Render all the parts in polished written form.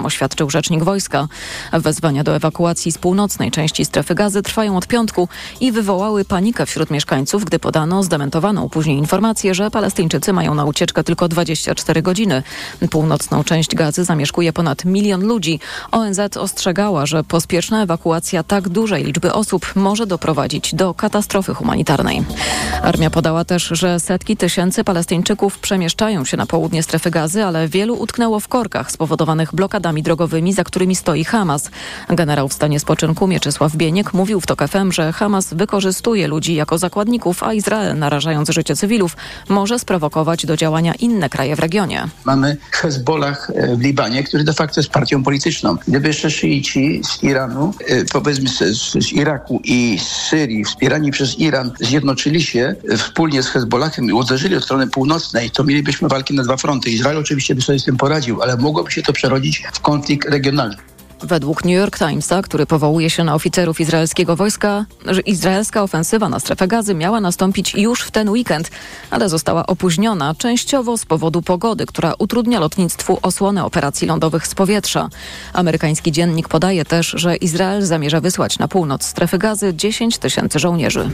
Mediom, oświadczył rzecznik wojska. Wezwania do ewakuacji z północnej części strefy Gazy trwają od piątku i wywołały panikę wśród mieszkańców, gdy podano zdementowaną później informację, że Palestyńczycy mają na ucieczkę tylko 24 godziny. Północną część Gazy zamieszkuje ponad 1 milion ludzi. ONZ ostrzegała, że pospieszna ewakuacja tak dużej liczby osób może doprowadzić do katastrofy humanitarnej. Armia podała też, że setki tysięcy Palestyńczyków przemieszczają się na południe strefy Gazy, ale wielu utknęło w korkach spowodowanych blokadami drogowymi, za którymi stoi Hamas. Generał w stanie spoczynku Mieczysław Bieniek mówił w TOK FM, że Hamas wykorzystuje ludzi jako zakładników, a Izrael, narażając życie cywilów, może sprowokować do działania inne kraje w regionie. Mamy Hezbollah w Libanie, który de facto jest partią polityczną. Gdyby jeszcze szyici z Iranu, powiedzmy z Iraku i z Syrii, wspierani przez Iran, zjednoczyli się wspólnie z Hezbollahem i uderzyli od strony północnej, to mielibyśmy walki na dwa fronty. Izrael oczywiście by sobie z tym poradził, ale mogłoby się to przerodzić w konflikt regionalny. Według New York Timesa, który powołuje się na oficerów izraelskiego wojska, że izraelska ofensywa na strefę Gazy miała nastąpić już w ten weekend, ale została opóźniona częściowo z powodu pogody, która utrudnia lotnictwu osłonę operacji lądowych z powietrza. Amerykański dziennik podaje też, że Izrael zamierza wysłać na północ strefy Gazy 10 tysięcy żołnierzy.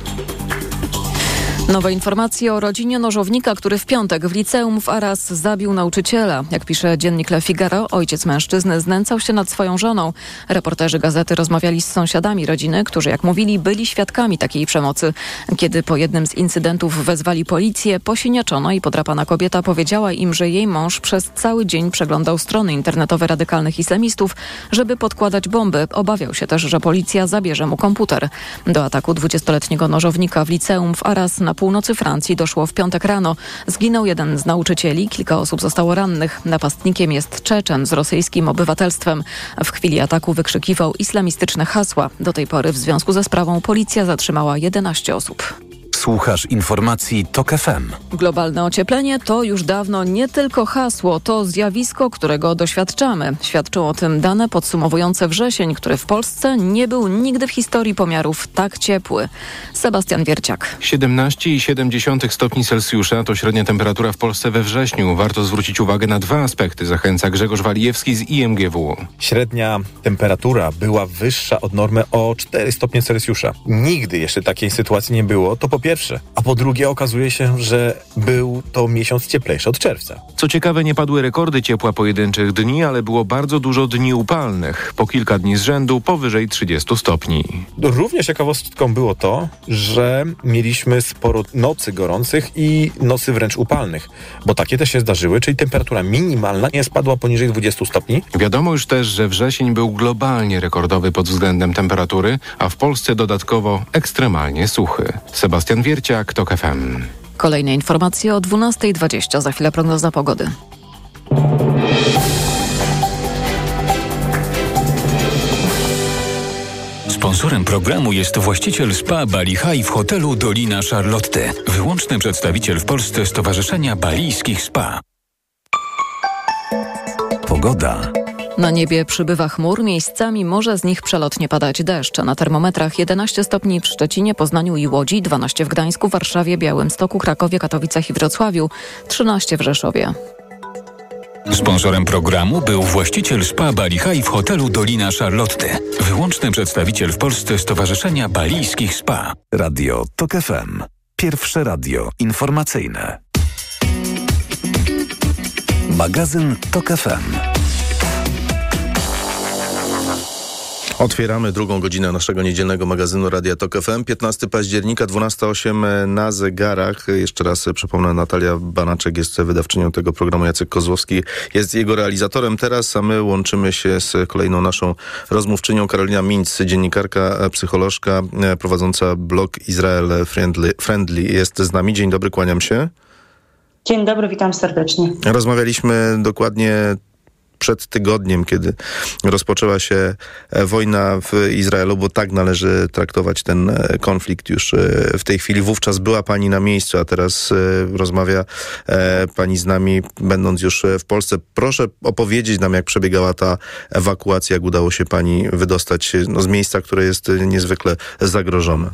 Nowe informacje o rodzinie nożownika, który w piątek w liceum w Arras zabił nauczyciela. Jak pisze dziennik Le Figaro, ojciec mężczyzny znęcał się nad swoją żoną. Reporterzy gazety rozmawiali z sąsiadami rodziny, którzy, jak mówili, byli świadkami takiej przemocy. Kiedy po jednym z incydentów wezwali policję, posiniaczona i podrapana kobieta powiedziała im, że jej mąż przez cały dzień przeglądał strony internetowe radykalnych islamistów, żeby podkładać bomby. Obawiał się też, że policja zabierze mu komputer. Do ataku 20-letniego nożownika w liceum w Arras na północy Francji doszło w piątek rano. Zginął jeden z nauczycieli, kilka osób zostało rannych. Napastnikiem jest Czeczen z rosyjskim obywatelstwem. W chwili ataku wykrzykiwał islamistyczne hasła. Do tej pory w związku ze sprawą policja zatrzymała 11 osób. Słuchasz informacji TOK FM. Globalne ocieplenie to już dawno nie tylko hasło, to zjawisko, którego doświadczamy. Świadczą o tym dane podsumowujące wrzesień, który w Polsce nie był nigdy w historii pomiarów tak ciepły. Sebastian Wierciak. 17,7 stopni Celsjusza to średnia temperatura w Polsce we wrześniu. Warto zwrócić uwagę na dwa aspekty, zachęca Grzegorz Walijewski z IMGW. Średnia temperatura była wyższa od normy o 4 stopnie Celsjusza. Nigdy jeszcze takiej sytuacji nie było, to po pierwsze. A po drugie okazuje się, że był to miesiąc cieplejszy od czerwca. Co ciekawe, nie padły rekordy ciepła pojedynczych dni, ale było bardzo dużo dni upalnych. Po kilka dni z rzędu powyżej 30 stopni. Również ciekawostką było to, że mieliśmy sporo nocy gorących i nocy wręcz upalnych, bo takie też się zdarzyły, czyli temperatura minimalna nie spadła poniżej 20 stopni. Wiadomo już też, że wrzesień był globalnie rekordowy pod względem temperatury, a w Polsce dodatkowo ekstremalnie suchy. Sebastian Wierciak, TOK FM. Kolejne informacje o 12:20. Za chwilę prognoza pogody. Sponsorem programu jest właściciel spa Bali High w hotelu Dolina Charlotte. Wyłączny przedstawiciel w Polsce Stowarzyszenia Balijskich Spa. Pogoda. Na niebie przybywa chmur, miejscami może z nich przelotnie padać deszcz. Na termometrach 11 stopni w Szczecinie, Poznaniu i Łodzi, 12 w Gdańsku, Warszawie, Białymstoku, Krakowie, Katowicach i Wrocławiu, 13 w Rzeszowie. Sponsorem programu był właściciel spa Bali High w hotelu Dolina Charlotte. Wyłączny przedstawiciel w Polsce Stowarzyszenia Balijskich Spa. Radio TOK FM. Pierwsze radio informacyjne. Magazyn TOK FM. Otwieramy drugą godzinę naszego niedzielnego magazynu Radia TOK FM. 15 października, 12:08 na zegarach. Jeszcze raz przypomnę, Natalia Banaczek jest wydawczynią tego programu, Jacek Kozłowski jest jego realizatorem teraz, a my łączymy się z kolejną naszą rozmówczynią, Karolina Minc, dziennikarka, psycholożka, prowadząca blog Israel Friendly. Jest z nami. Dzień dobry, kłaniam się. Dzień dobry, witam serdecznie. Rozmawialiśmy dokładnie przed tygodniem, kiedy rozpoczęła się wojna w Izraelu, bo tak należy traktować ten konflikt już w tej chwili. Wówczas była pani na miejscu, a teraz rozmawia pani z nami, będąc już w Polsce. Proszę opowiedzieć nam, jak przebiegała ta ewakuacja, jak udało się pani wydostać z miejsca, które jest niezwykle zagrożone.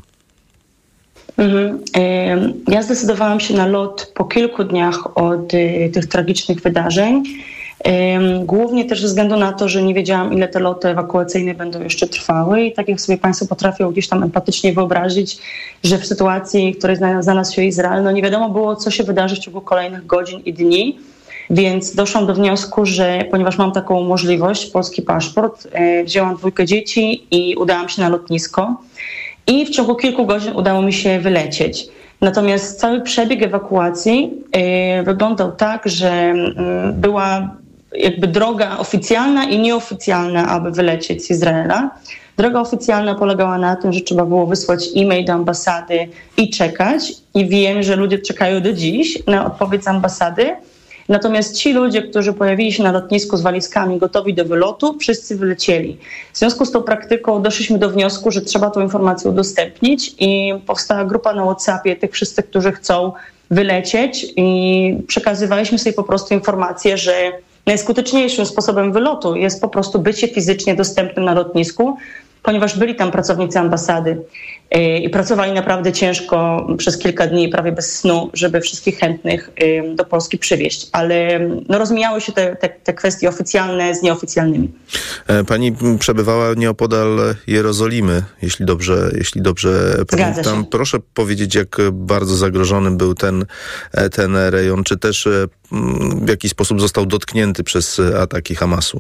Ja zdecydowałam się na lot po kilku dniach od tych tragicznych wydarzeń. Głównie też ze względu na to, że nie wiedziałam, ile te loty ewakuacyjne będą jeszcze trwały i tak jak sobie Państwo potrafią gdzieś tam empatycznie wyobrazić, że w sytuacji, w której znalazł się Izrael, no nie wiadomo było, co się wydarzy w ciągu kolejnych godzin i dni, więc doszłam do wniosku, że ponieważ mam taką możliwość, polski paszport, wzięłam 2 dzieci i udałam się na lotnisko i w ciągu kilku godzin udało mi się wylecieć. Natomiast cały przebieg ewakuacji wyglądał tak, że była jakby droga oficjalna i nieoficjalna, aby wylecieć z Izraela. Droga oficjalna polegała na tym, że trzeba było wysłać e-mail do ambasady i czekać. I wiem, że ludzie czekają do dziś na odpowiedź z ambasady. Natomiast ci ludzie, którzy pojawili się na lotnisku z walizkami gotowi do wylotu, wszyscy wylecieli. W związku z tą praktyką doszliśmy do wniosku, że trzeba tą informację udostępnić i powstała grupa na WhatsAppie tych wszystkich, którzy chcą wylecieć i przekazywaliśmy sobie po prostu informację, że najskuteczniejszym sposobem wylotu jest po prostu bycie fizycznie dostępnym na lotnisku, ponieważ byli tam pracownicy ambasady i pracowali naprawdę ciężko przez kilka dni, prawie bez snu, żeby wszystkich chętnych do Polski przywieźć. Ale no, rozmijały się te kwestie oficjalne z nieoficjalnymi. Pani przebywała nieopodal Jerozolimy, jeśli dobrze pamiętam. Proszę powiedzieć, jak bardzo zagrożony był ten rejon, czy też w jaki sposób został dotknięty przez ataki Hamasu?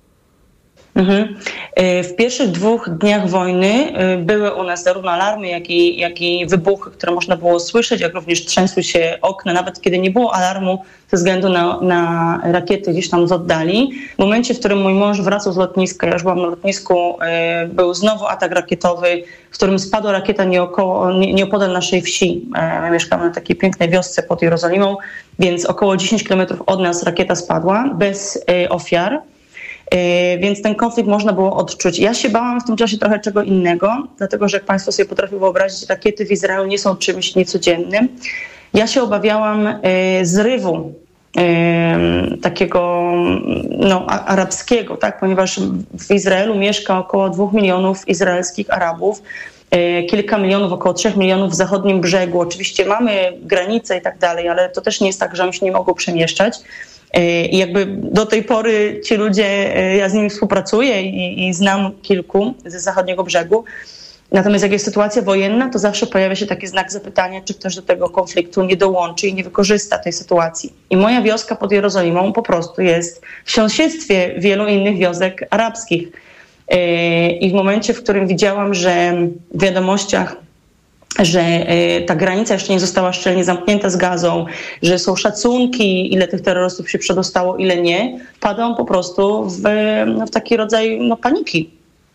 W pierwszych 2 dniach wojny były u nas zarówno alarmy, jak i wybuchy, które można było słyszeć, jak również trzęsły się okna, nawet kiedy nie było alarmu ze względu na rakiety gdzieś tam z oddali. W momencie, w którym mój mąż wracał z lotniska, ja już byłam na lotnisku, był znowu atak rakietowy, w którym spadła rakieta nieopodal naszej wsi. My mieszkamy na takiej pięknej wiosce pod Jerozolimą, więc około 10 kilometrów od nas rakieta spadła, bez ofiar. Więc ten konflikt można było odczuć. Ja się bałam w tym czasie trochę czego innego, dlatego że jak Państwo sobie potrafią wyobrazić, rakiety w Izraelu nie są czymś niecodziennym. Ja się obawiałam zrywu takiego arabskiego, tak? Ponieważ w Izraelu mieszka około 2 milionów izraelskich Arabów, kilka milionów, około 3 milionów w zachodnim brzegu. Oczywiście mamy granice i tak dalej, ale to też nie jest tak, że oni się nie mogą przemieszczać. I jakby do tej pory ci ludzie, ja z nimi współpracuję i znam kilku ze zachodniego brzegu. Natomiast jak jest sytuacja wojenna, to zawsze pojawia się taki znak zapytania, czy ktoś do tego konfliktu nie dołączy i nie wykorzysta tej sytuacji. I moja wioska pod Jerozolimą po prostu jest w sąsiedztwie wielu innych wiosek arabskich. I w momencie, w którym widziałam, że w wiadomościach, że ta granica jeszcze nie została szczelnie zamknięta z Gazą, że są szacunki, ile tych terrorystów się przedostało, ile nie, padłam po prostu w taki rodzaj paniki.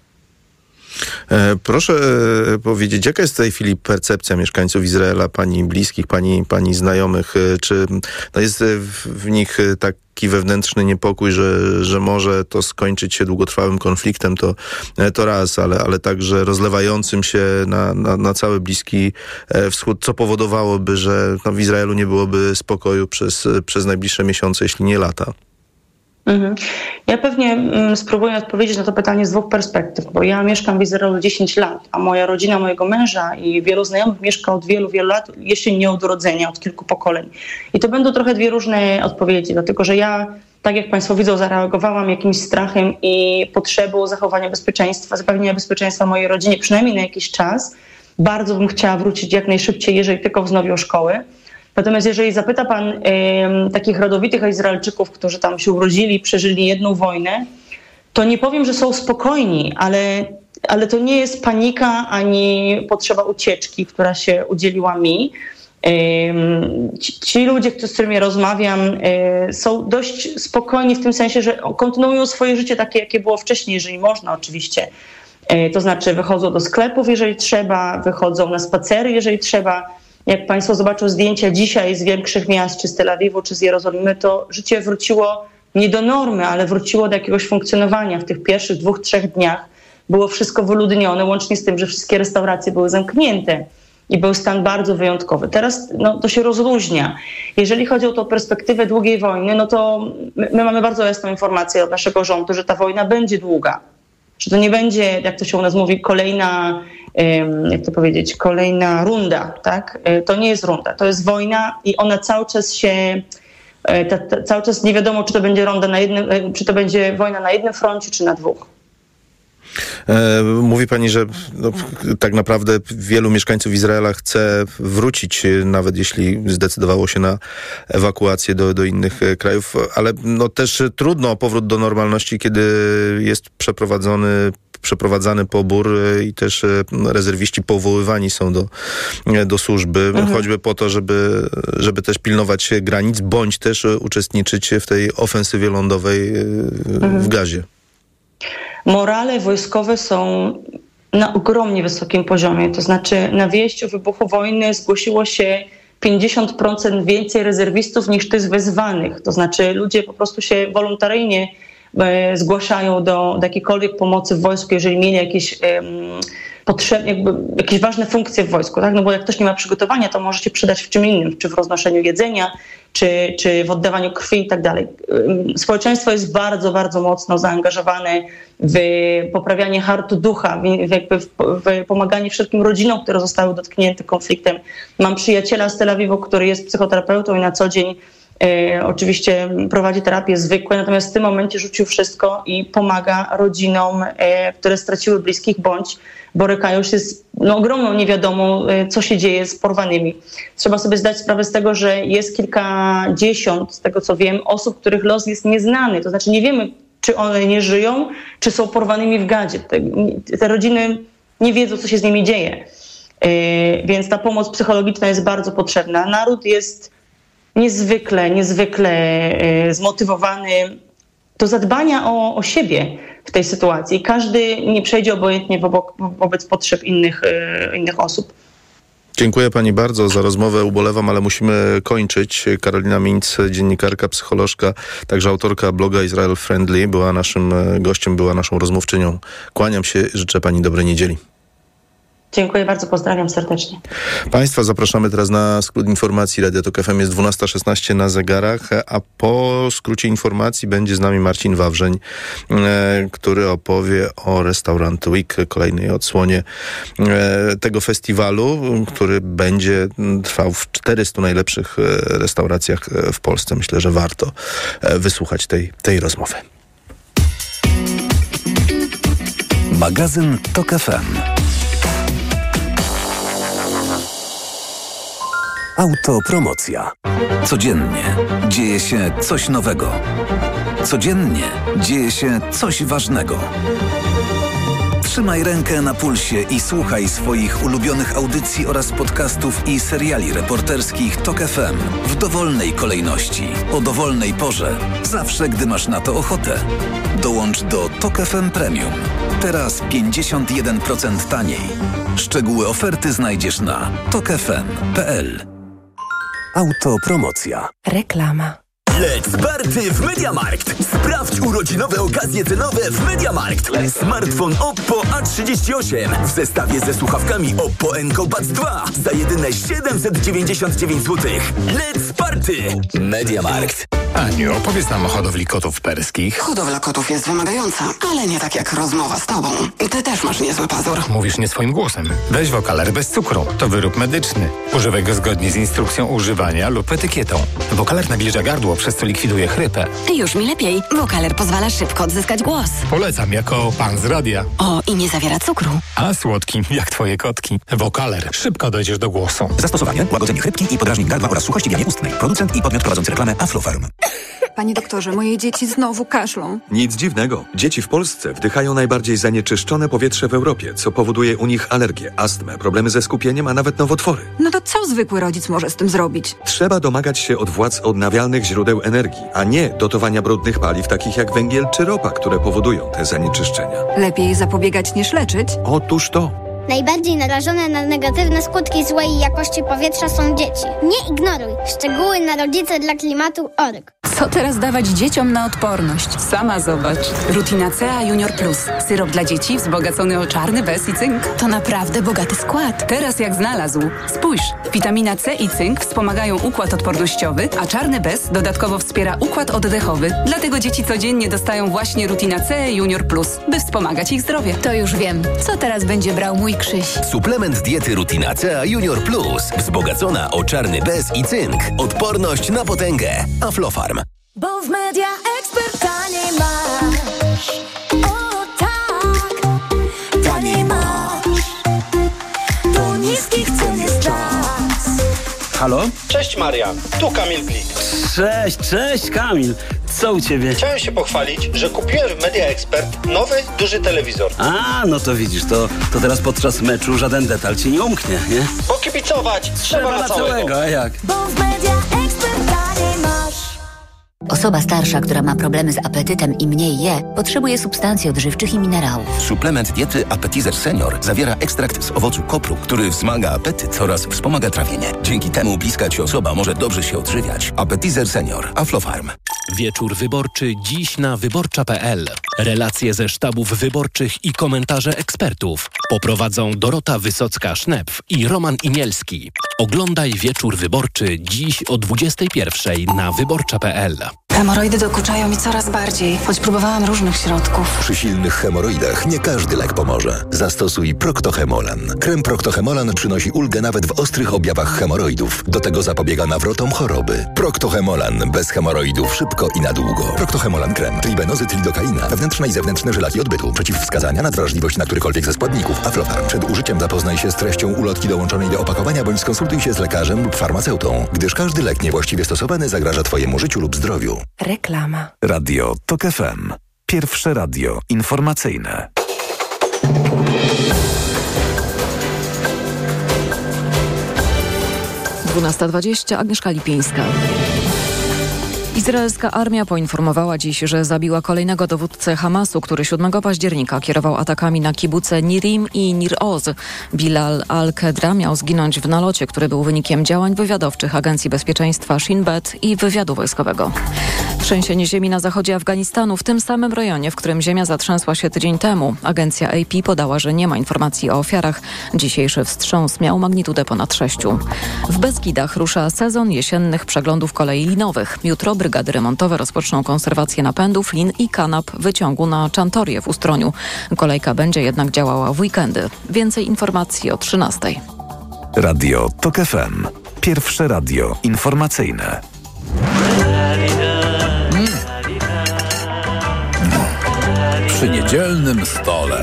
Proszę powiedzieć, jaka jest w tej chwili percepcja mieszkańców Izraela, pani bliskich, pani znajomych? Czy jest w nich taki wewnętrzny niepokój, że może to skończyć się długotrwałym konfliktem, to raz, ale także rozlewającym się na cały Bliski Wschód, co powodowałoby, że w Izraelu nie byłoby spokoju przez najbliższe miesiące, jeśli nie lata? Ja pewnie spróbuję odpowiedzieć na to pytanie z 2 perspektyw, bo ja mieszkam w Izraelu 10 lat, a moja rodzina mojego męża i wielu znajomych mieszka od wielu lat, jeśli nie od urodzenia, od kilku pokoleń. I to będą trochę 2 różne odpowiedzi, dlatego że ja, tak jak Państwo widzą, zareagowałam jakimś strachem i potrzebą zachowania bezpieczeństwa, zapewnienia bezpieczeństwa mojej rodzinie, przynajmniej na jakiś czas. Bardzo bym chciała wrócić jak najszybciej, jeżeli tylko wznowią szkoły. Natomiast jeżeli zapyta pan takich rodowitych Izraelczyków, którzy tam się urodzili, przeżyli jedną wojnę, to nie powiem, że są spokojni, ale to nie jest panika ani potrzeba ucieczki, która się udzieliła mi. Ci ludzie, z którymi rozmawiam, są dość spokojni w tym sensie, że kontynuują swoje życie takie, jakie było wcześniej, jeżeli można oczywiście. To znaczy wychodzą do sklepów, jeżeli trzeba, wychodzą na spacery, jeżeli trzeba. Jak Państwo zobaczą zdjęcia dzisiaj z większych miast, czy z Tel Awiwu, czy z Jerozolimy, to życie wróciło nie do normy, ale wróciło do jakiegoś funkcjonowania. W tych pierwszych 2-3 dniach było wszystko wyludnione, łącznie z tym, że wszystkie restauracje były zamknięte i był stan bardzo wyjątkowy. Teraz to się rozluźnia. Jeżeli chodzi o tą perspektywę długiej wojny, to my mamy bardzo jasną informację od naszego rządu, że ta wojna będzie długa. Że to nie będzie, jak to się u nas mówi, kolejna runda, tak? To nie jest runda, to jest wojna i ona cały czas się Cały czas nie wiadomo, czy to będzie czy to będzie wojna na jednym froncie, czy na dwóch. Mówi pani, że tak naprawdę wielu mieszkańców Izraela chce wrócić, nawet jeśli zdecydowało się na ewakuację do innych krajów, ale też trudno o powrót do normalności, kiedy jest przeprowadzany pobór i też rezerwiści powoływani są do służby, choćby po to, żeby też pilnować granic, bądź też uczestniczyć w tej ofensywie lądowej w Gazie. Morale wojskowe są na ogromnie wysokim poziomie. To znaczy na wieść o wybuchu wojny zgłosiło się 50% więcej rezerwistów niż tych wezwanych. To znaczy ludzie po prostu się wolontaryjnie zgłaszają do jakiejkolwiek pomocy w wojsku, jeżeli mieli jakieś ważne funkcje w wojsku. Tak? No bo jak ktoś nie ma przygotowania, to może się przydać w czym innym, czy w roznoszeniu jedzenia, czy w oddawaniu krwi i tak dalej. Społeczeństwo jest bardzo, bardzo mocno zaangażowane w poprawianie hartu ducha, w pomaganie wszelkim rodzinom, które zostały dotknięte konfliktem. Mam przyjaciela z Tel Awiwu, który jest psychoterapeutą i na co dzień oczywiście prowadzi terapię zwykłe, natomiast w tym momencie rzucił wszystko i pomaga rodzinom, które straciły bliskich bądź borykają się z ogromną niewiadomą, co się dzieje z porwanymi. Trzeba sobie zdać sprawę z tego, że jest kilkadziesiąt, z tego co wiem, osób, których los jest nieznany. To znaczy nie wiemy, czy one nie żyją, czy są porwanymi w Gazie. Te rodziny nie wiedzą, co się z nimi dzieje. Więc ta pomoc psychologiczna jest bardzo potrzebna. Naród jest niezwykle zmotywowany do zadbania o siebie w tej sytuacji. Każdy nie przejdzie obojętnie wobec potrzeb innych osób. Dziękuję pani bardzo za rozmowę. Ubolewam, ale musimy kończyć. Karolina Mińc, dziennikarka, psycholożka, także autorka bloga Israel Friendly, była naszym gościem, była naszą rozmówczynią. Kłaniam się, życzę pani dobrej niedzieli. Dziękuję bardzo, pozdrawiam serdecznie. Państwa zapraszamy teraz na skrót informacji. Radio Tok FM jest 12:16 na zegarach, a po skrócie informacji będzie z nami Marcin Wawrzeń, który opowie o Restaurant Week, kolejnej odsłonie tego festiwalu, który będzie trwał w 400 najlepszych restauracjach w Polsce. Myślę, że warto wysłuchać tej rozmowy. Magazyn Tok FM. Autopromocja. Codziennie dzieje się coś nowego. Codziennie dzieje się coś ważnego. Trzymaj rękę na pulsie i słuchaj swoich ulubionych audycji oraz podcastów i seriali reporterskich Tok FM w dowolnej kolejności, o dowolnej porze, zawsze gdy masz na to ochotę. Dołącz do Tok FM Premium. Teraz 51% taniej. Szczegóły oferty znajdziesz na tokfm.pl. Autopromocja. Reklama. Let's party w MediaMarkt! Sprawdź urodzinowe okazje cenowe w MediaMarkt. Smartfon Oppo A38 w zestawie ze słuchawkami Oppo Enco Buds 2 za jedyne 799 zł. Let's party! MediaMarkt. Aniu, opowiedz nam o hodowli kotów perskich. Hodowla kotów jest wymagająca, ale nie tak jak rozmowa z tobą. Ty też masz niezły pazur. Mówisz nie swoim głosem. Weź Wokaler bez cukru. To wyrób medyczny. Używaj go zgodnie z instrukcją używania lub etykietą. Wokaler nawilża gardło, przez co likwiduje chrypę. Już mi lepiej. Wokaler pozwala szybko odzyskać głos. Polecam jako pan z radia. O, i nie zawiera cukru. A słodki, jak twoje kotki. Wokaler. Szybko dojdziesz do głosu. Zastosowanie: łagodzenie chrypki i podrażnień gardła oraz suchości w jamie ustnej. Producent i podmiot prowadzący reklamę Aflofarm. Panie doktorze, moje dzieci znowu kaszlą. Nic dziwnego. Dzieci w Polsce wdychają najbardziej zanieczyszczone powietrze w Europie, co powoduje u nich alergię, astmę, problemy ze skupieniem, a nawet nowotwory. No to co zwykły rodzic może z tym zrobić? Trzeba domagać się od władz odnawialnych źródeł energii, a nie dotowania brudnych paliw takich jak węgiel czy ropa, które powodują te zanieczyszczenia. Lepiej zapobiegać niż leczyć? Otóż to. Najbardziej narażone na negatywne skutki złej jakości powietrza są dzieci. Nie ignoruj. Szczegóły na rodzicedlaklimatu.org. Co teraz dawać dzieciom na odporność? Sama zobacz. Rutinacea Junior Plus. Syrop dla dzieci wzbogacony o czarny bez i cynk. To naprawdę bogaty skład. Teraz jak znalazł. Spójrz. Witamina C i cynk wspomagają układ odpornościowy, a czarny bez dodatkowo wspiera układ oddechowy. Dlatego dzieci codziennie dostają właśnie Rutinacea Junior Plus, by wspomagać ich zdrowie. To już wiem. Co teraz będzie brał mój Krzyś. Suplement diety Rutina C Junior Plus. Wzbogacona o czarny bez i cynk. Odporność na potęgę. Aflofarm. Bo w Media Expert taniej masz. O tak, taniej masz. Do niskich cen jest czas. Halo? Cześć Marian, tu Kamil Glik. Cześć Kamil. Co u ciebie? Chciałem się pochwalić, że kupiłem w Media Expert nowy, duży telewizor. A, no to widzisz, to teraz podczas meczu żaden detal ci nie umknie, nie? Bo kibicować trzeba na całego. A jak? Bo w Media Expert taniej masz. Osoba starsza, która ma problemy z apetytem i mniej je, potrzebuje substancji odżywczych i minerałów. Suplement diety Appetizer Senior zawiera ekstrakt z owocu kopru, który wzmaga apetyt oraz wspomaga trawienie. Dzięki temu bliska ci osoba może dobrze się odżywiać. Appetizer Senior. Aflofarm. Wieczór wyborczy dziś na wyborcza.pl. Relacje ze sztabów wyborczych i komentarze ekspertów poprowadzą Dorota Wysocka-Sznepf i Roman Imielski. Oglądaj Wieczór wyborczy dziś o 21:00 na wyborcza.pl. Hemoroidy dokuczają mi coraz bardziej, choć próbowałam różnych środków. Przy silnych hemoroidach nie każdy lek pomoże. Zastosuj Proctohemolan. Krem Proctohemolan przynosi ulgę nawet w ostrych objawach hemoroidów. Do tego zapobiega nawrotom choroby. Proctohemolan. Bez hemoroidów szybko i na długo. Proctohemolan krem. Tribenozy, tridokaina. Wewnętrzne i zewnętrzne żylaki odbytu. Przeciwwskazania na wrażliwość na którykolwiek ze składników. Aflofarm. Przed użyciem zapoznaj się z treścią ulotki dołączonej do opakowania bądź skonsultuj się z lekarzem lub farmaceutą, gdyż każdy lek niewłaściwie stosowany zagraża Twojemu życiu lub zdrowiu. Reklama. Radio TOK FM. Pierwsze radio informacyjne. Dwunasta 20. Agnieszka Lipińska. Izraelska armia poinformowała dziś, że zabiła kolejnego dowódcę Hamasu, który 7 października kierował atakami na kibuce Nirim i Nir Oz. Bilal al-Kedra miał zginąć w nalocie, który był wynikiem działań wywiadowczych Agencji Bezpieczeństwa Shin Bet i wywiadu wojskowego. Trzęsienie ziemi na zachodzie Afganistanu, w tym samym rejonie, w którym ziemia zatrzęsła się tydzień temu. Agencja AP podała, że nie ma informacji o ofiarach. Dzisiejszy wstrząs miał magnitudę ponad 6. W Beskidach rusza sezon jesiennych przeglądów kolei linowych. Jutro brygady remontowe rozpoczną konserwację napędów, lin i kanap wyciągu na Czantorię w Ustroniu. Kolejka będzie jednak działała w weekendy. Więcej informacji o 13:00. Radio TOK FM. Pierwsze radio informacyjne. Przy niedzielnym stole.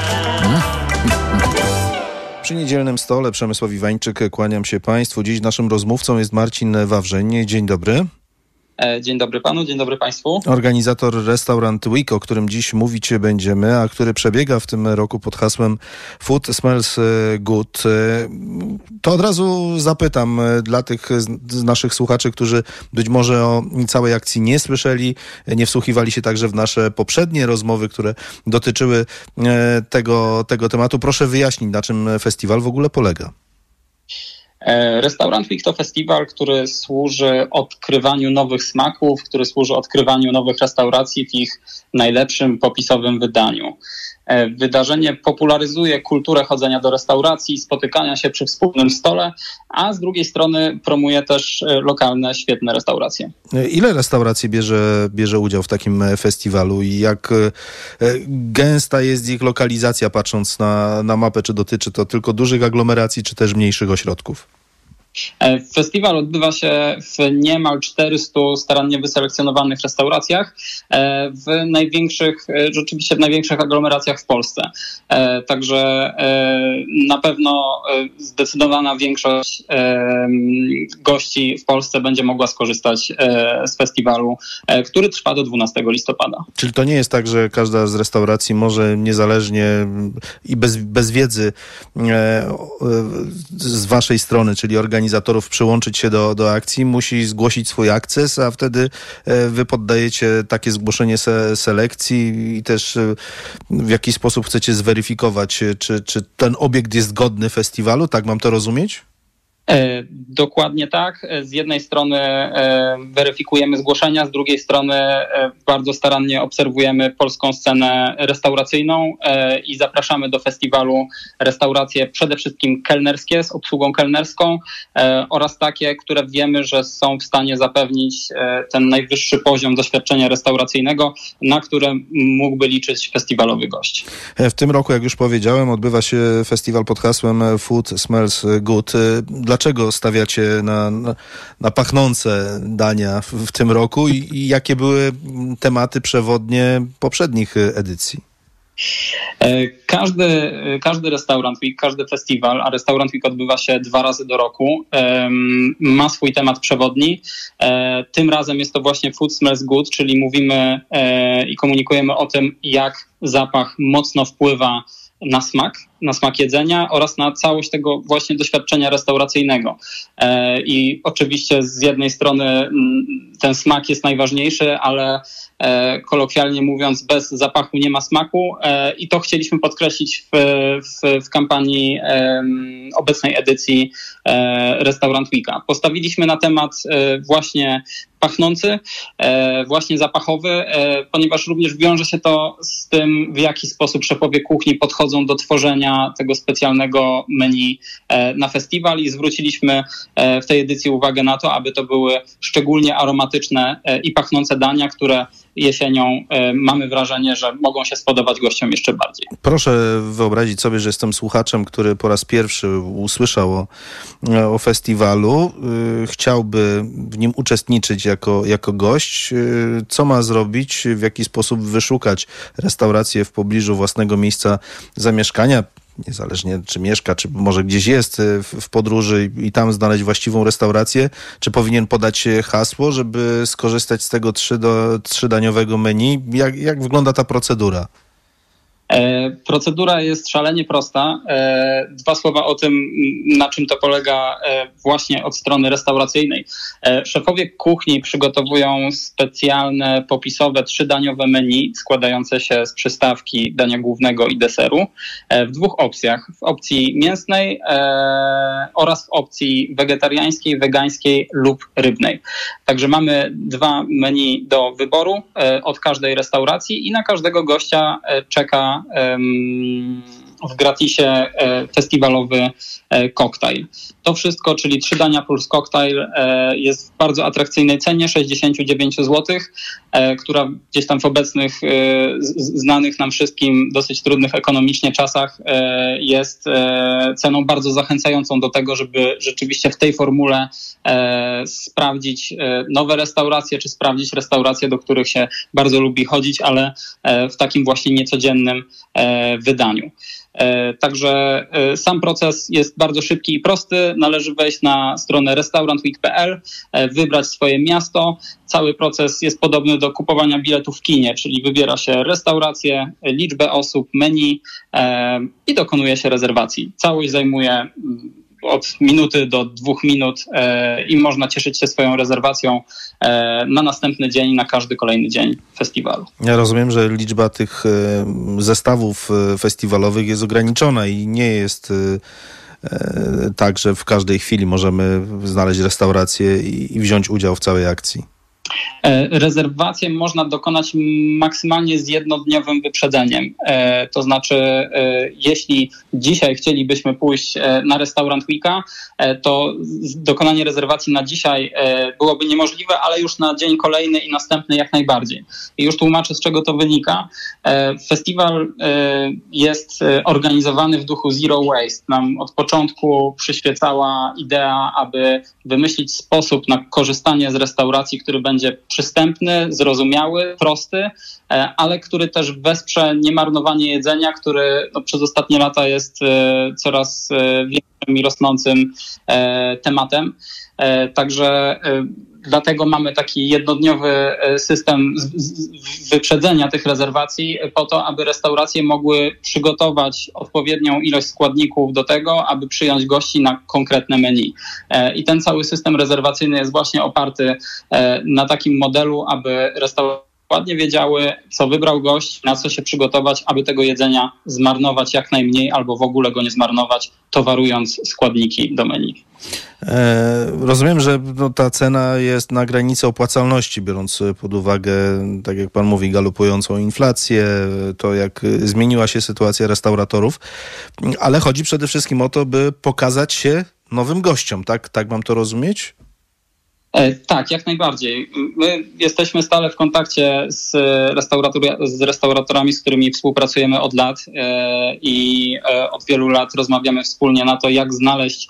Przy niedzielnym stole Przemysław Iwańczyk, kłaniam się Państwu. Dziś naszym rozmówcą jest Marcin Wawrzeń. Dzień dobry. Dzień dobry panu, dzień dobry państwu. Organizator Restaurant Week, o którym dziś mówić będziemy, a który przebiega w tym roku pod hasłem Food Smells Good. To od razu zapytam dla tych z naszych słuchaczy, którzy być może o całej akcji nie słyszeli, nie wsłuchiwali się także w nasze poprzednie rozmowy, które dotyczyły tego tematu. Proszę wyjaśnić, na czym festiwal w ogóle polega. Restaurant Week to festiwal, który służy odkrywaniu nowych smaków, który służy odkrywaniu nowych restauracji w ich najlepszym popisowym wydaniu. Wydarzenie popularyzuje kulturę chodzenia do restauracji, spotykania się przy wspólnym stole, a z drugiej strony promuje też lokalne, świetne restauracje. Ile restauracji bierze udział w takim festiwalu i jak gęsta jest ich lokalizacja, patrząc na mapę? Czy dotyczy to tylko dużych aglomeracji, czy też mniejszych ośrodków? Festiwal odbywa się w niemal 400 starannie wyselekcjonowanych restauracjach rzeczywiście w największych aglomeracjach w Polsce. Także na pewno zdecydowana większość gości w Polsce będzie mogła skorzystać z festiwalu, który trwa do 12 listopada. Czyli to nie jest tak, że każda z restauracji może niezależnie i bez wiedzy z waszej strony, czyli organizatorów, przyłączyć się do akcji, musi zgłosić swój akces, a wtedy wy poddajecie takie zgłoszenie selekcji i też w jakiś sposób chcecie zweryfikować, czy ten obiekt jest godny festiwalu, tak mam to rozumieć? Dokładnie tak. Z jednej strony weryfikujemy zgłoszenia, z drugiej strony bardzo starannie obserwujemy polską scenę restauracyjną i zapraszamy do festiwalu restauracje przede wszystkim kelnerskie z obsługą kelnerską oraz takie, które wiemy, że są w stanie zapewnić ten najwyższy poziom doświadczenia restauracyjnego, na które mógłby liczyć festiwalowy gość. W tym roku, jak już powiedziałem, odbywa się festiwal pod hasłem Food Smells Good. Dlaczego stawiacie na pachnące dania w tym roku i jakie były tematy przewodnie poprzednich edycji? Każdy Restaurant Week, każdy festiwal, a Restaurant Week odbywa się 2 razy do roku, ma swój temat przewodni. Tym razem jest to właśnie Food Smells Good, czyli mówimy i komunikujemy o tym, jak zapach mocno wpływa na smak jedzenia oraz na całość tego właśnie doświadczenia restauracyjnego. I oczywiście z jednej strony ten smak jest najważniejszy, ale kolokwialnie mówiąc, bez zapachu nie ma smaku i to chcieliśmy podkreślić w kampanii obecnej edycji Restaurant Weeka. Postawiliśmy na temat właśnie pachnący, właśnie zapachowy, ponieważ również wiąże się to z tym, w jaki sposób szefowie kuchni podchodzą do tworzenia tego specjalnego menu na festiwal i zwróciliśmy w tej edycji uwagę na to, aby to były szczególnie aromatyczne i pachnące dania, które jesienią mamy wrażenie, że mogą się spodobać gościom jeszcze bardziej. Proszę wyobrazić sobie, że jestem słuchaczem, który po raz pierwszy usłyszał o festiwalu, chciałby w nim uczestniczyć jako gość. Co ma zrobić, w jaki sposób wyszukać restaurację w pobliżu własnego miejsca zamieszkania, niezależnie czy mieszka, czy może gdzieś jest w podróży i tam znaleźć właściwą restaurację, czy powinien podać hasło, żeby skorzystać z tego 3-daniowego menu? Jak wygląda ta procedura? Procedura jest szalenie prosta. 2 słowa o tym, na czym to polega właśnie od strony restauracyjnej. Szefowie kuchni przygotowują specjalne popisowe 3-daniowe menu składające się z przystawki, dania głównego i deseru w 2 opcjach. W opcji mięsnej oraz w opcji wegetariańskiej, wegańskiej lub rybnej. Także mamy 2 menu do wyboru od każdej restauracji i na każdego gościa czeka w gratisie festiwalowy koktajl. To wszystko, czyli 3 dania plus koktajl, jest w bardzo atrakcyjnej cenie 69 zł, która gdzieś tam w obecnych, znanych nam wszystkim, dosyć trudnych ekonomicznie czasach jest ceną bardzo zachęcającą do tego, żeby rzeczywiście w tej formule sprawdzić nowe restauracje, czy sprawdzić restauracje, do których się bardzo lubi chodzić, ale w takim właśnie niecodziennym wydaniu. Także sam proces jest bardzo szybki i prosty. Należy wejść na stronę restaurantweek.pl, wybrać swoje miasto. Cały proces jest podobny do kupowania biletów w kinie, czyli wybiera się restaurację, liczbę osób, menu i dokonuje się rezerwacji. Całość zajmuje od minuty do 2 minut i można cieszyć się swoją rezerwacją na następny dzień, na każdy kolejny dzień festiwalu. Ja rozumiem, że liczba tych zestawów festiwalowych jest ograniczona i nie jest tak, że w każdej chwili możemy znaleźć restaurację i wziąć udział w całej akcji. Rezerwację można dokonać maksymalnie z 1-dniowym wyprzedzeniem. To znaczy, jeśli dzisiaj chcielibyśmy pójść na Restaurant Weeka, to dokonanie rezerwacji na dzisiaj byłoby niemożliwe, ale już na dzień kolejny i następny jak najbardziej. I już tłumaczę, z czego to wynika. Festiwal jest organizowany w duchu Zero Waste. Nam od początku przyświecała idea, aby wymyślić sposób na korzystanie z restauracji, który będzie przystępny, zrozumiały, prosty, ale który też wesprze niemarnowanie jedzenia, który przez ostatnie lata jest coraz większym i rosnącym tematem. Także dlatego mamy taki 1-dniowy system wyprzedzenia tych rezerwacji po to, aby restauracje mogły przygotować odpowiednią ilość składników do tego, aby przyjąć gości na konkretne menu. I ten cały system rezerwacyjny jest właśnie oparty na takim modelu, aby restauracja dokładnie wiedziały, co wybrał gość, na co się przygotować, aby tego jedzenia zmarnować jak najmniej albo w ogóle go nie zmarnować, towarując składniki do menu. Rozumiem, że ta cena jest na granicy opłacalności, biorąc pod uwagę, tak jak pan mówi, galopującą inflację, to jak zmieniła się sytuacja restauratorów, ale chodzi przede wszystkim o to, by pokazać się nowym gościom, tak? Tak mam to rozumieć? Tak, jak najbardziej. My jesteśmy stale w kontakcie z restauratorami, z którymi współpracujemy od lat i od wielu lat rozmawiamy wspólnie na to, jak znaleźć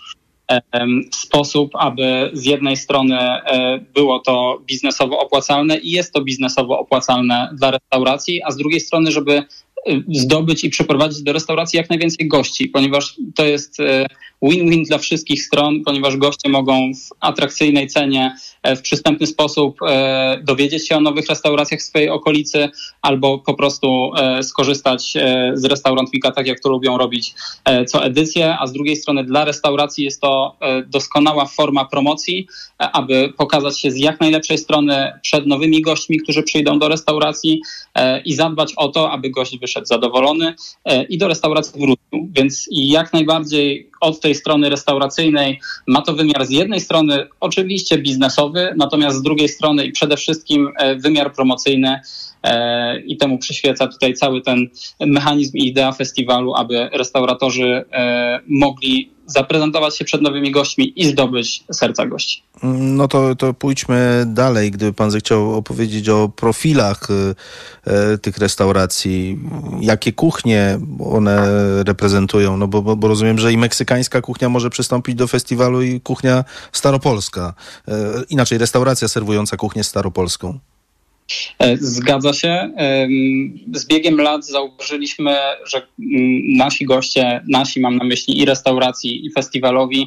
sposób, aby z jednej strony było to biznesowo opłacalne i jest to biznesowo opłacalne dla restauracji, a z drugiej strony, żeby zdobyć i przyprowadzić do restauracji jak najwięcej gości, ponieważ to jest win-win dla wszystkich stron, ponieważ goście mogą w atrakcyjnej cenie, w przystępny sposób dowiedzieć się o nowych restauracjach w swojej okolicy albo po prostu skorzystać z Restaurant Weeka, tak jak to lubią robić co edycję, a z drugiej strony dla restauracji jest to doskonała forma promocji, aby pokazać się z jak najlepszej strony przed nowymi gośćmi, którzy przyjdą do restauracji i zadbać o to, aby gość wyszedł zadowolony i do restauracji wrócił. Więc jak najbardziej od tej strony restauracyjnej ma to wymiar z jednej strony oczywiście biznesowy, natomiast z drugiej strony i przede wszystkim wymiar promocyjny i temu przyświeca tutaj cały ten mechanizm i idea festiwalu, aby restauratorzy mogli zaprezentować się przed nowymi gośćmi i zdobyć serca gości. No to pójdźmy dalej, gdyby pan zechciał opowiedzieć o profilach tych restauracji. Jakie kuchnie one reprezentują? No bo rozumiem, że i meksykańska kuchnia może przystąpić do festiwalu i kuchnia staropolska. Inaczej restauracja serwująca kuchnię staropolską. Zgadza się. Z biegiem lat zauważyliśmy, że nasi goście, mam na myśli i restauracji, i festiwalowi,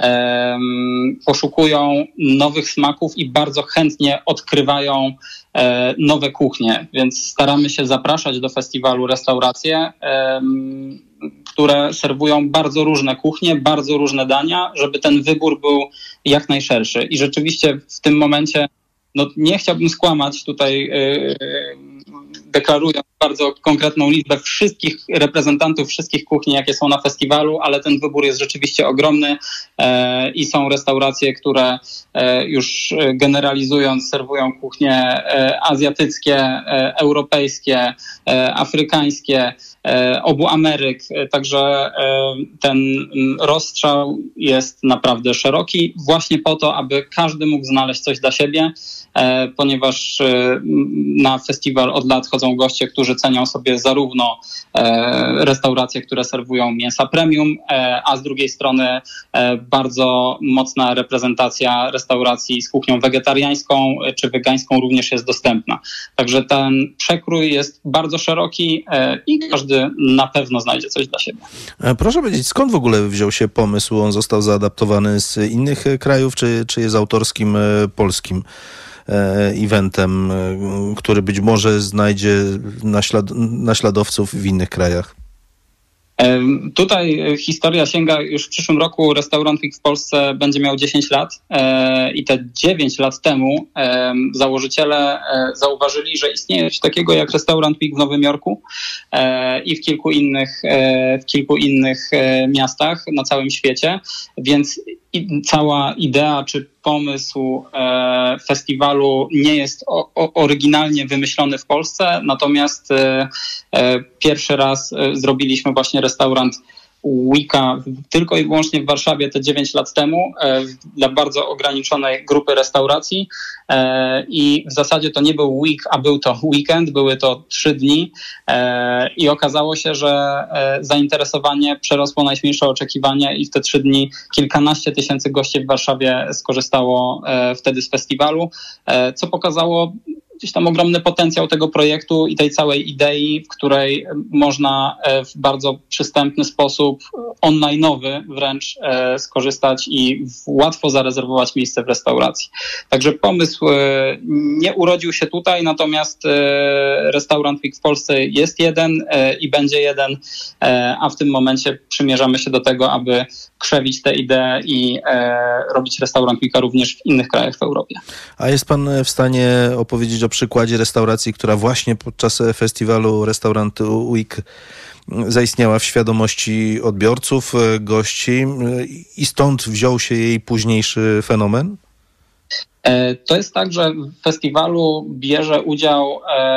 poszukują nowych smaków i bardzo chętnie odkrywają nowe kuchnie, więc staramy się zapraszać do festiwalu restauracje, które serwują bardzo różne kuchnie, bardzo różne dania, żeby ten wybór był jak najszerszy. I rzeczywiście w tym momencie nie chciałbym skłamać tutaj, deklarując bardzo konkretną liczbę wszystkich reprezentantów wszystkich kuchni, jakie są na festiwalu, ale ten wybór jest rzeczywiście ogromny i są restauracje, które już generalizując serwują kuchnie azjatyckie, europejskie, afrykańskie, obu Ameryk, także ten rozstrzał jest naprawdę szeroki, właśnie po to, aby każdy mógł znaleźć coś dla siebie, ponieważ na festiwal od lat chodzą goście, którzy cenią sobie zarówno restauracje, które serwują mięsa premium, a z drugiej strony bardzo mocna reprezentacja restauracji z kuchnią wegetariańską czy wegańską również jest dostępna. Także ten przekrój jest bardzo szeroki i każdy na pewno znajdzie coś dla siebie. Proszę powiedzieć, skąd w ogóle wziął się pomysł? On został zaadaptowany z innych krajów, czy jest autorskim polskim eventem, który być może znajdzie naśladowców w innych krajach? Tutaj historia sięga już w przyszłym roku. Restaurant Week w Polsce będzie miał 10 lat i te 9 lat temu założyciele zauważyli, że istnieje coś takiego jak Restaurant Week w Nowym Jorku i w kilku innych miastach na całym świecie, więc cała idea czy pomysł festiwalu nie jest oryginalnie wymyślony w Polsce, natomiast pierwszy raz zrobiliśmy właśnie Restaurant Weeka tylko i wyłącznie w Warszawie te 9 lat temu dla bardzo ograniczonej grupy restauracji i w zasadzie to nie był week, a był to weekend, były to 3 dni i okazało się, że zainteresowanie przerosło najśmielsze oczekiwania i w te 3 dni kilkanaście tysięcy gości w Warszawie skorzystało wtedy z festiwalu, co pokazało gdzieś tam ogromny potencjał tego projektu i tej całej idei, w której można w bardzo przystępny sposób, online'owy wręcz skorzystać i łatwo zarezerwować miejsce w restauracji. Także pomysł nie urodził się tutaj, natomiast Restaurant Week w Polsce jest jeden i będzie jeden, a w tym momencie przymierzamy się do tego, aby krzewić tę ideę i robić Restaurant Weeka również w innych krajach w Europie. A jest pan w stanie opowiedzieć powiedzieć o przykładzie restauracji, która właśnie podczas festiwalu Restaurant Week zaistniała w świadomości odbiorców, gości i stąd wziął się jej późniejszy fenomen? To jest tak, że w festiwalu bierze udział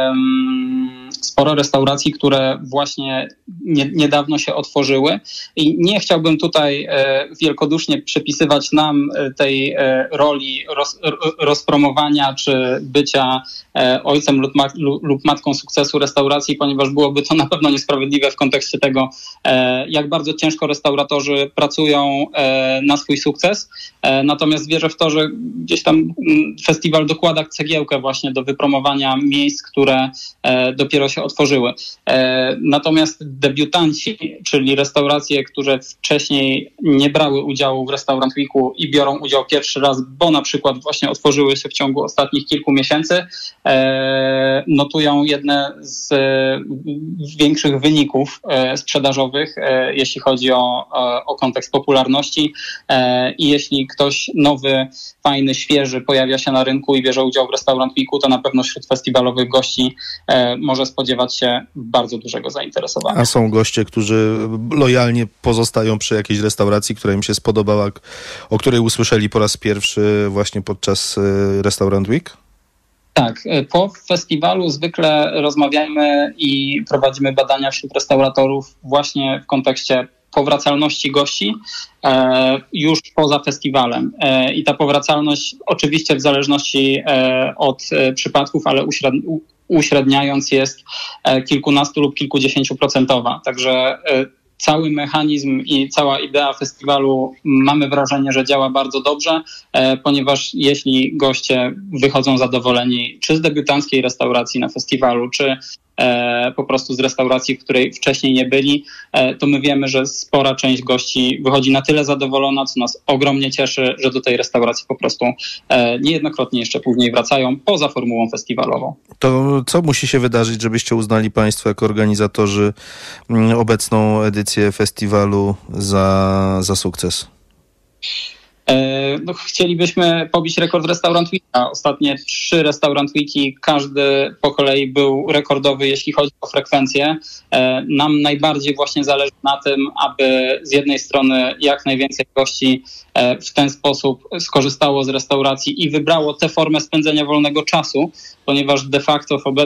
sporo restauracji, które właśnie niedawno się otworzyły i nie chciałbym tutaj wielkodusznie przypisywać nam tej roli rozpromowania czy bycia ojcem lub matką sukcesu restauracji, ponieważ byłoby to na pewno niesprawiedliwe w kontekście tego, jak bardzo ciężko restauratorzy pracują na swój sukces. Natomiast wierzę w to, że gdzieś tam festiwal dokłada cegiełkę właśnie do wypromowania miejsc, które dopiero się otworzyły. Natomiast debiutanci, czyli restauracje, które wcześniej nie brały udziału w Restaurant Weeku i biorą udział pierwszy raz, bo na przykład właśnie otworzyły się w ciągu ostatnich kilku miesięcy, notują jedne z większych wyników sprzedażowych, jeśli chodzi o kontekst popularności i jeśli ktoś nowy, fajny, świeży pojawia się na rynku i bierze udział w Restaurant Weeku, to na pewno wśród festiwalowych gości może spodziewać się bardzo dużego zainteresowania. A są goście, którzy lojalnie pozostają przy jakiejś restauracji, która im się spodobała, o której usłyszeli po raz pierwszy właśnie podczas Restaurant Week? Tak, po festiwalu zwykle rozmawiamy i prowadzimy badania wśród restauratorów właśnie w kontekście powracalności gości już poza festiwalem. I ta powracalność oczywiście w zależności od przypadków, ale uśredniając jest kilkunastu lub kilkudziesięcioprocentowa. Także cały mechanizm i cała idea festiwalu mamy wrażenie, że działa bardzo dobrze, ponieważ jeśli goście wychodzą zadowoleni czy z debiutanckiej restauracji na festiwalu, czy po prostu z restauracji, w której wcześniej nie byli, to my wiemy, że spora część gości wychodzi na tyle zadowolona, co nas ogromnie cieszy, że do tej restauracji po prostu niejednokrotnie jeszcze później wracają poza formułą festiwalową. To co musi się wydarzyć, żebyście uznali Państwo jako organizatorzy obecną edycję festiwalu za sukces? No, chcielibyśmy pobić rekord Restaurant Weeka. Ostatnie 3 Restaurant Weeki, każdy po kolei był rekordowy, jeśli chodzi o frekwencję. Nam najbardziej właśnie zależy na tym, aby z jednej strony jak najwięcej gości w ten sposób skorzystało z restauracji i wybrało tę formę spędzenia wolnego czasu, ponieważ de facto w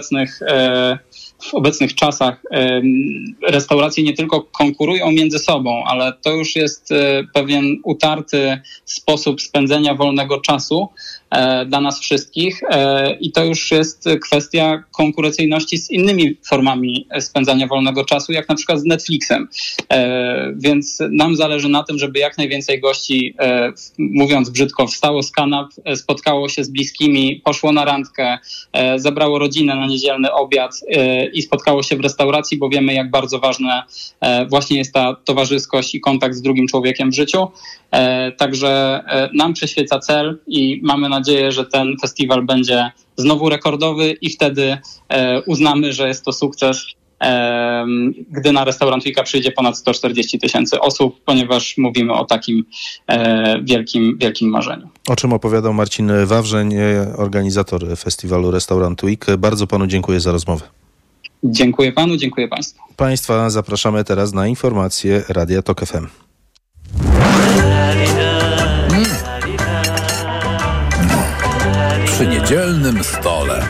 obecnych czasach restauracje nie tylko konkurują między sobą, ale to już jest pewien utarty sposób spędzenia wolnego czasu dla nas wszystkich i to już jest kwestia konkurencyjności z innymi formami spędzania wolnego czasu, jak na przykład z Netflixem. Więc nam zależy na tym, żeby jak najwięcej gości, mówiąc brzydko, wstało z kanap, spotkało się z bliskimi, poszło na randkę, zabrało rodzinę na niedzielny obiad i spotkało się w restauracji, bo wiemy, jak bardzo ważna właśnie jest ta towarzyskość i kontakt z drugim człowiekiem w życiu. Także nam przyświeca cel i mamy nadzieję, że ten festiwal będzie znowu rekordowy i wtedy uznamy, że jest to sukces, gdy na Restaurant Weeka przyjdzie ponad 140 000 osób, ponieważ mówimy o takim wielkim marzeniu. O czym opowiadał Marcin Wawrzeń, organizator festiwalu Restaurant Week. Bardzo panu dziękuję za rozmowę. Dziękuję panu, dziękuję państwu. Państwa zapraszamy teraz na informacje Radia TOK FM. Przy niedzielnym stole.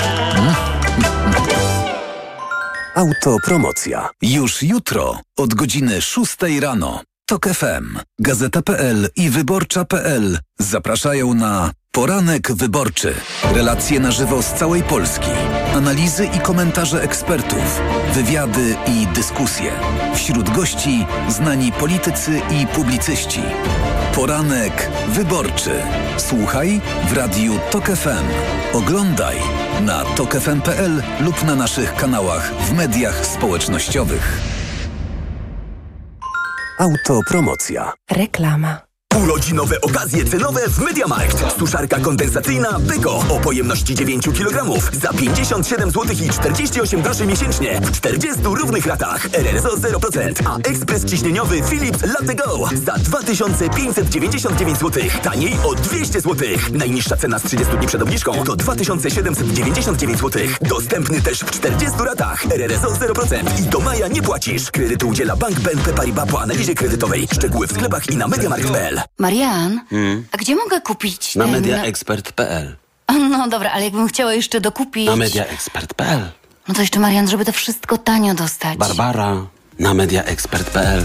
Autopromocja. Już jutro od godziny 6 rano. TOK FM, Gazeta.pl i Wyborcza.pl zapraszają na Poranek Wyborczy. Relacje na żywo z całej Polski. Analizy i komentarze ekspertów. Wywiady i dyskusje. Wśród gości znani politycy i publicyści. Poranek Wyborczy. Słuchaj w radiu TOK FM. Oglądaj na tokfm.pl lub na naszych kanałach w mediach społecznościowych. Autopromocja. Reklama. Urodzinowe okazje cenowe w MediaMarkt. Suszarka kondensacyjna Beko o pojemności 9 kg za 57 zł i 48 groszy miesięcznie w 40 równych ratach. RRSO 0%, a ekspres ciśnieniowy Philips Latte Go za 2599 zł. Taniej o 200 zł. Najniższa cena z 30 dni przed obniżką to 2799 zł. Dostępny też w 40 ratach. RRSO 0% i do maja nie płacisz. Kredytu udziela Bank BNP Paribas po analizie kredytowej. Szczegóły w sklepach i na MediaMarkt.pl. Marian, a gdzie mogę kupić Na mediaexpert.pl. No dobra, ale jakbym chciała jeszcze dokupić... Na mediaexpert.pl. No to jeszcze, Marian, żeby to wszystko tanio dostać. Barbara, na mediaexpert.pl.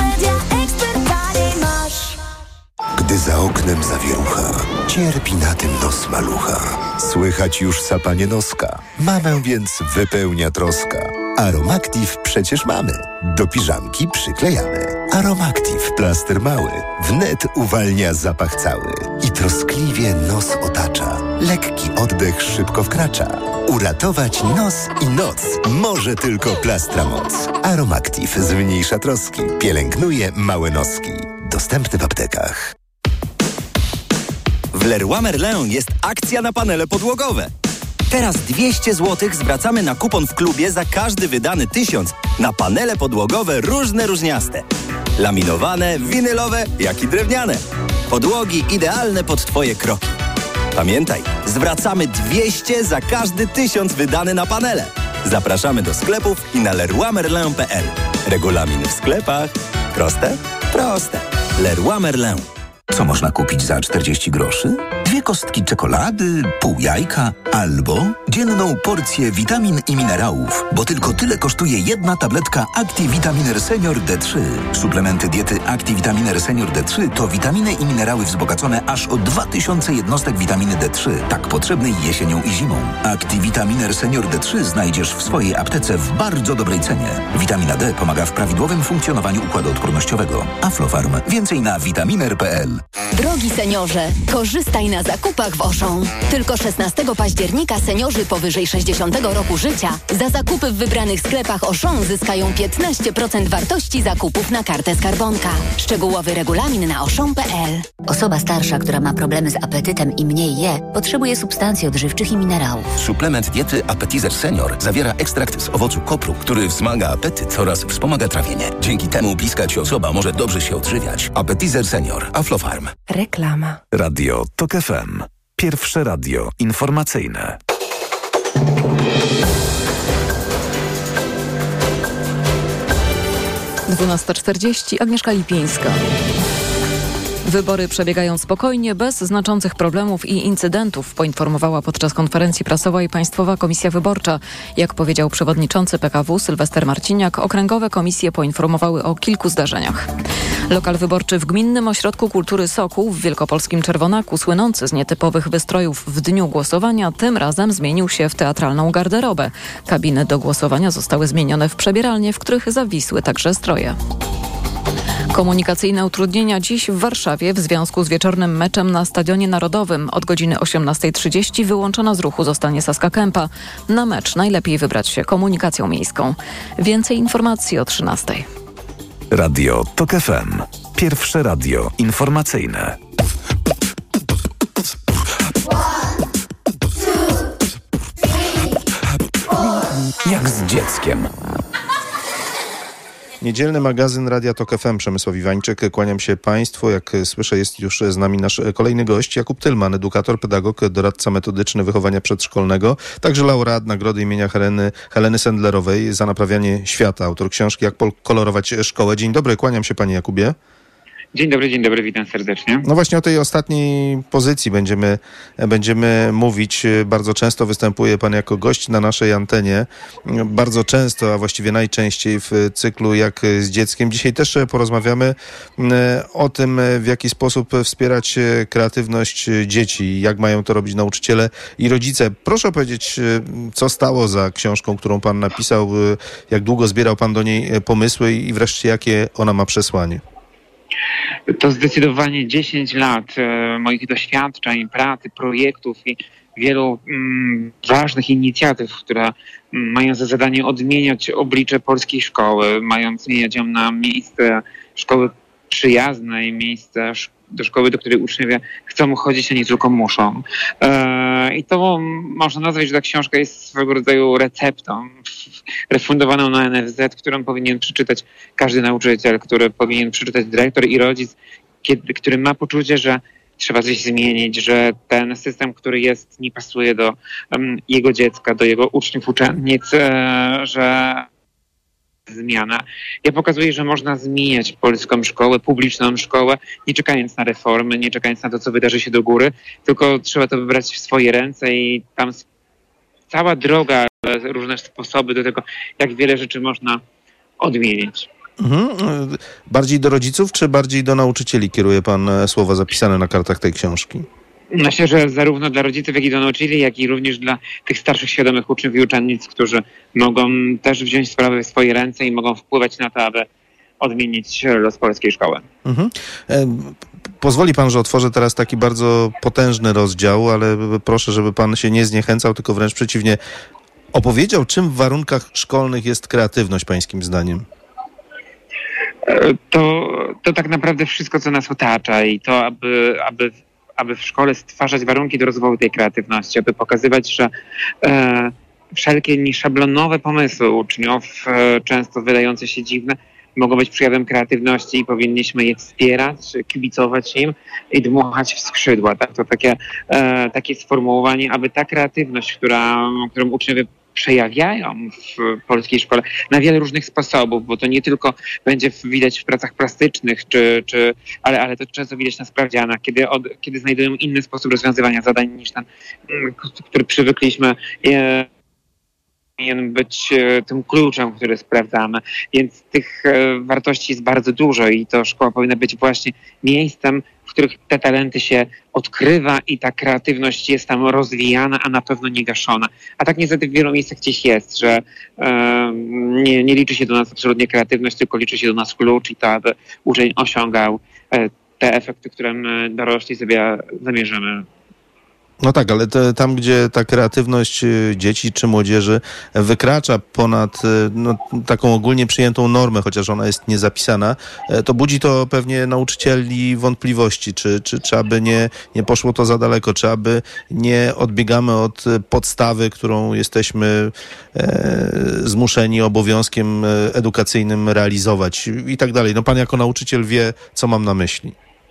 Gdy za oknem zawierucha, cierpi na tym nos malucha. Słychać już sapanie noska. Mamę więc wypełnia troska. Aromactive przecież mamy. Do piżamki przyklejamy. Aromactive, plaster mały. Wnet uwalnia zapach cały. I troskliwie nos otacza. Lekki oddech szybko wkracza. Uratować nos i noc może tylko plastra moc. Aromactive zmniejsza troski. Pielęgnuje małe noski. Dostępny w aptekach. W Leroy Merlin jest akcja na panele podłogowe. Teraz 200 zł zwracamy na kupon w klubie za każdy wydany 1000 na panele podłogowe różniaste. Laminowane, winylowe, jak i drewniane. Podłogi idealne pod Twoje kroki. Pamiętaj, zwracamy 200 za każdy 1000 wydany na panele. Zapraszamy do sklepów i na leroymerlin.pl. Regulamin w sklepach. Proste? Proste. Leroy Merlin. Co można kupić za 40 groszy? 2 kostki czekolady, pół jajka albo dzienną porcję witamin i minerałów, bo tylko tyle kosztuje jedna tabletka ActiVitaminer Senior D3. Suplementy diety ActiVitaminer Senior D3 to witaminy i minerały wzbogacone aż o 2000 jednostek witaminy D3, tak potrzebnej jesienią i zimą. ActiVitaminer Senior D3 znajdziesz w swojej aptece w bardzo dobrej cenie. Witamina D pomaga w prawidłowym funkcjonowaniu układu odpornościowego. Aflofarm. Więcej na vitaminer.pl. Drogi seniorze, korzystaj na zakupach w Auchan. Tylko 16 października seniorzy powyżej 60 roku życia za zakupy w wybranych sklepach Auchan zyskają 15% wartości zakupów na kartę skarbonka. Szczegółowy regulamin na auchan.pl. Osoba starsza, która ma problemy z apetytem i mniej je, potrzebuje substancji odżywczych i minerałów. Suplement diety Appetizer Senior zawiera ekstrakt z owocu kopru, który wzmaga apetyt oraz wspomaga trawienie. Dzięki temu bliska Ci osoba może dobrze się odżywiać. Appetizer Senior. Aflofarm. Reklama. Radio TOK FM. Pierwsze radio informacyjne. Dwunasta 12:40. Agnieszka Lipińska. Wybory przebiegają spokojnie, bez znaczących problemów i incydentów, poinformowała podczas konferencji prasowej Państwowa Komisja Wyborcza. Jak powiedział przewodniczący PKW Sylwester Marciniak, okręgowe komisje poinformowały o kilku zdarzeniach. Lokal wyborczy w Gminnym Ośrodku Kultury Sokół w wielkopolskim Czerwonaku, słynący z nietypowych wystrojów w dniu głosowania, tym razem zmienił się w teatralną garderobę. Kabiny do głosowania zostały zmienione w przebieralnie, w których zawisły także stroje. Komunikacyjne utrudnienia dziś w Warszawie w związku z wieczornym meczem na Stadionie Narodowym. Od godziny 18:30 wyłączona z ruchu zostanie Saska Kępa. Na mecz najlepiej wybrać się komunikacją miejską. Więcej informacji o 13:00. Radio TOK FM. Pierwsze radio informacyjne. Jak z dzieckiem. Niedzielny magazyn Radia TOK FM. Przemysław Iwańczyk. Kłaniam się Państwu. Jak słyszę, jest już z nami nasz kolejny gość, Jakub Tylman, edukator, pedagog, doradca metodyczny wychowania przedszkolnego, także laureat nagrody imienia Heleny Sendlerowej za naprawianie świata, autor książki Jak kolorować szkołę. Dzień dobry, kłaniam się Panie Jakubie. Dzień dobry, witam serdecznie. No właśnie o tej ostatniej pozycji będziemy mówić. Bardzo często występuje Pan jako gość na naszej antenie. Bardzo często, a właściwie najczęściej w cyklu Jak z dzieckiem. Dzisiaj też porozmawiamy o tym, w jaki sposób wspierać kreatywność dzieci, jak mają to robić nauczyciele i rodzice. Proszę powiedzieć, co stało za książką, którą Pan napisał, jak długo zbierał Pan do niej pomysły i wreszcie jakie ona ma przesłanie? To zdecydowanie 10 lat moich doświadczeń, pracy, projektów i wielu ważnych inicjatyw, które mają za zadanie odmieniać oblicze polskiej szkoły, mają zmieniać ją na miejsce szkoły przyjazne miejsce do szkoły, do której uczniowie chcą chodzić, a nie tylko muszą. I to można nazwać, że ta książka jest swego rodzaju receptą refundowaną na NFZ, którą powinien przeczytać każdy nauczyciel, który powinien przeczytać dyrektor i rodzic, który ma poczucie, że trzeba coś zmienić, że ten system, który jest, nie pasuje do jego dziecka, do jego uczniów, uczennic, że zmiana. Ja pokazuję, że można zmieniać polską szkołę, publiczną szkołę, nie czekając na reformy, nie czekając na to, co wydarzy się do góry, tylko trzeba to wybrać w swoje ręce i tam cała droga, różne sposoby do tego, jak wiele rzeczy można odmienić. Bardziej do rodziców, czy bardziej do nauczycieli kieruje pan słowa zapisane na kartach tej książki? Myślę, że zarówno dla rodziców, jak i do nauczycieli, jak i również dla tych starszych, świadomych uczniów i uczennic, którzy mogą też wziąć sprawy w swoje ręce i mogą wpływać na to, aby odmienić los polskiej szkoły. Pozwoli pan, że otworzę teraz taki bardzo potężny rozdział, ale proszę, żeby pan się nie zniechęcał, tylko wręcz przeciwnie. Opowiedział, czym w warunkach szkolnych jest kreatywność pańskim zdaniem? To tak naprawdę wszystko, co nas otacza i to, aby w szkole stwarzać warunki do rozwoju tej kreatywności, aby pokazywać, że wszelkie nieszablonowe pomysły uczniów, często wydające się dziwne, mogą być przejawem kreatywności i powinniśmy je wspierać, kibicować im i dmuchać w skrzydła. Tak? To takie sformułowanie, aby ta kreatywność, którą uczniowie przejawiają w polskiej szkole na wiele różnych sposobów, bo to nie tylko będzie widać w pracach plastycznych, ale to często widać na sprawdzianach, kiedy znajdują inny sposób rozwiązywania zadań niż ten, który przywykliśmy. Powinien być tym kluczem, który sprawdzamy. Więc tych wartości jest bardzo dużo i to szkoła powinna być właśnie miejscem, w których te talenty się odkrywa i ta kreatywność jest tam rozwijana, a na pewno nie gaszona. A tak niestety w wielu miejscach gdzieś jest, że nie liczy się do nas absolutnie kreatywność, tylko liczy się do nas klucz i to, aby uczeń osiągał te efekty, które my dorośli sobie zamierzymy. No tak, ale tam, gdzie ta kreatywność dzieci czy młodzieży wykracza ponad taką ogólnie przyjętą normę, chociaż ona jest niezapisana, to budzi to pewnie nauczycieli wątpliwości, czy aby nie poszło to za daleko, czy aby nie odbiegamy od podstawy, którą jesteśmy zmuszeni obowiązkiem edukacyjnym realizować i tak dalej. No pan jako nauczyciel wie, co mam na myśli.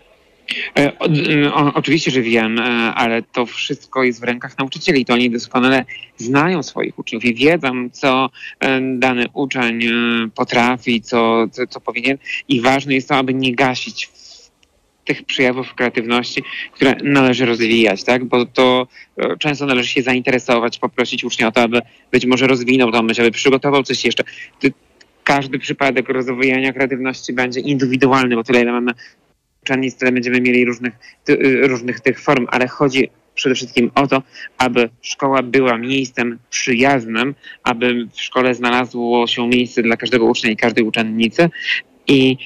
Oczywiście, że wiem, ale to wszystko jest w rękach nauczycieli. To oni doskonale znają swoich uczniów i wiedzą, co dany uczeń potrafi, co powinien. I ważne jest to, aby nie gasić tych przejawów kreatywności, które należy rozwijać, tak? Bo to często należy się zainteresować, poprosić ucznia o to, aby być może rozwinął tą myśl, aby przygotował coś jeszcze. Każdy przypadek rozwijania kreatywności będzie indywidualny, bo tyle, ile mamy uczennic, tyle będziemy mieli różnych tych form, ale chodzi przede wszystkim o to, aby szkoła była miejscem przyjaznym, aby w szkole znalazło się miejsce dla każdego ucznia i każdej uczennicy i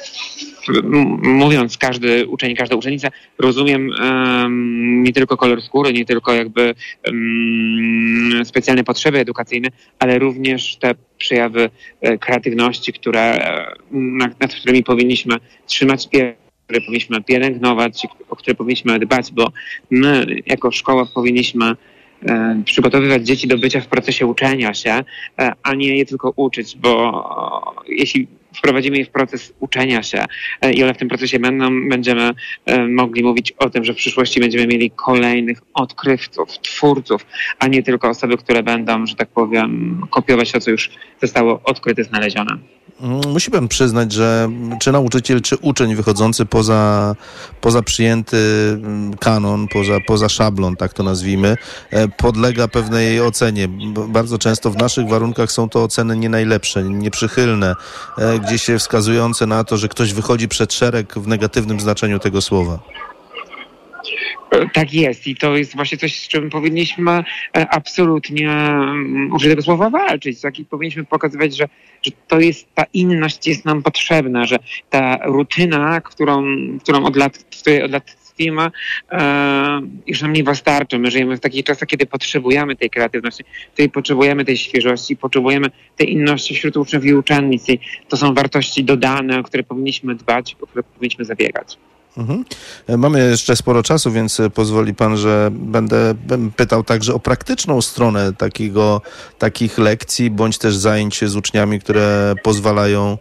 mówiąc każdy uczeń, każda uczennica, rozumiem nie tylko kolor skóry, nie tylko jakby specjalne potrzeby edukacyjne, ale również te przejawy kreatywności, nad którymi powinniśmy trzymać które powinniśmy pielęgnować, o które powinniśmy dbać, bo my jako szkoła powinniśmy przygotowywać dzieci do bycia w procesie uczenia się, a nie je tylko uczyć, bo jeśli wprowadzimy je w proces uczenia się i one w tym procesie będziemy mogli mówić o tym, że w przyszłości będziemy mieli kolejnych odkrywców, twórców, a nie tylko osoby, które będą, że tak powiem, kopiować to, co już zostało odkryte, znalezione. Musi pan przyznać, że czy nauczyciel, czy uczeń wychodzący poza przyjęty kanon, poza szablon, tak to nazwijmy, podlega pewnej ocenie. Bardzo często w naszych warunkach są to oceny nie najlepsze, nieprzychylne, gdzieś wskazujące na to, że ktoś wychodzi przed szereg w negatywnym znaczeniu tego słowa. Tak jest i to jest właśnie coś, z czym powinniśmy absolutnie, użyć tego słowa, walczyć. Tak? I powinniśmy pokazywać, że to jest, ta inność jest nam potrzebna, że ta rutyna, w której od lat tkwimy i że nam nie wystarczy. My żyjemy w takich czasach, kiedy potrzebujemy tej kreatywności, kiedy potrzebujemy tej świeżości, potrzebujemy tej inności wśród uczniów i uczennic. I to są wartości dodane, o które powinniśmy dbać, o które powinniśmy zabiegać. Mamy jeszcze sporo czasu, więc pozwoli pan, że będę pytał także o praktyczną stronę takich lekcji, bądź też zajęć z uczniami, które pozwalają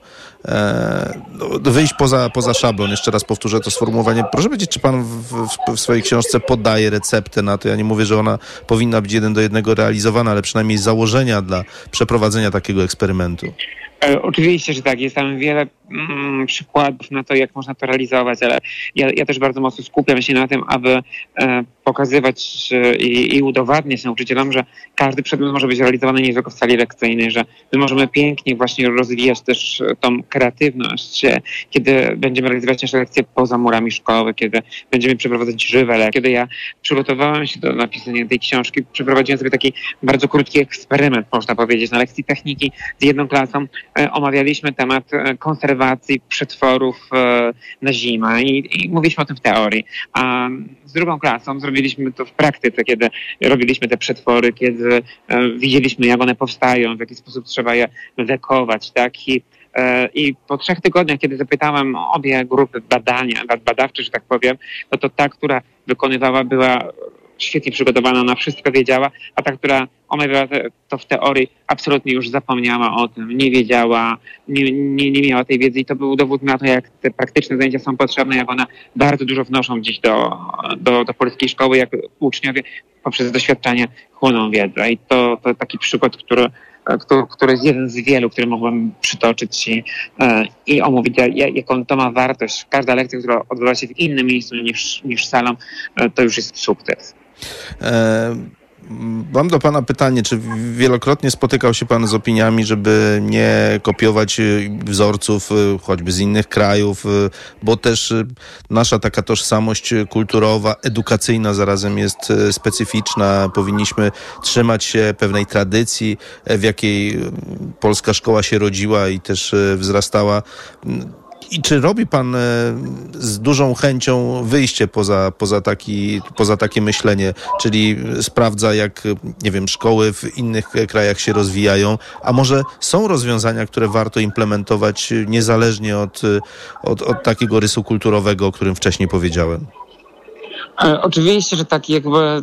wyjść poza szablon. Jeszcze raz powtórzę to sformułowanie. Proszę powiedzieć, czy pan w swojej książce podaje receptę na to? Ja nie mówię, że ona powinna być 1:1 realizowana, ale przynajmniej założenia dla przeprowadzenia takiego eksperymentu. Oczywiście, że tak. Jest tam wiele przykładów na to, jak można to realizować, ale ja też bardzo mocno skupiam się na tym, aby pokazywać i udowadniać nauczycielom, że każdy przedmiot może być realizowany nie tylko w sali lekcyjnej, że my możemy pięknie właśnie rozwijać też tą kreatywność, kiedy będziemy realizować nasze lekcje poza murami szkoły, kiedy będziemy przeprowadzać żywe lekcje. Kiedy ja przygotowałem się do napisania tej książki, przeprowadziłem sobie taki bardzo krótki eksperyment, można powiedzieć, na lekcji techniki z jedną klasą. Omawialiśmy temat konserwacji przetworów na zimę i mówiliśmy o tym w teorii. A z drugą klasą zrobiliśmy to w praktyce, kiedy robiliśmy te przetwory, kiedy widzieliśmy, jak one powstają, w jaki sposób trzeba je wekować, tak? I po 3 tygodniach, kiedy zapytałem obie grupy badawcze, że tak powiem, to ta, która wykonywała, była świetnie przygotowana, ona wszystko wiedziała, a ta, która omawiała to w teorii, absolutnie już zapomniała o tym, nie wiedziała, nie miała tej wiedzy i to był dowód na to, jak te praktyczne zajęcia są potrzebne, jak one bardzo dużo wnoszą gdzieś do polskiej szkoły, jak uczniowie poprzez doświadczenie chłoną wiedzę. I to taki przykład, który jest jeden z wielu, który mogłem przytoczyć i omówić, jaką to ma wartość. Każda lekcja, która odbywa się w innym miejscu niż salą, to już jest sukces. Mam do pana pytanie, czy wielokrotnie spotykał się pan z opiniami, żeby nie kopiować wzorców choćby z innych krajów, bo też nasza taka tożsamość kulturowa, edukacyjna zarazem jest specyficzna. Powinniśmy trzymać się pewnej tradycji, w jakiej polska szkoła się rodziła i też wzrastała. I czy robi pan z dużą chęcią wyjście poza takie myślenie, czyli sprawdza, jak, nie wiem, szkoły w innych krajach się rozwijają, a może są rozwiązania, które warto implementować niezależnie od takiego rysu kulturowego, o którym wcześniej powiedziałem? Oczywiście, że tak, jakby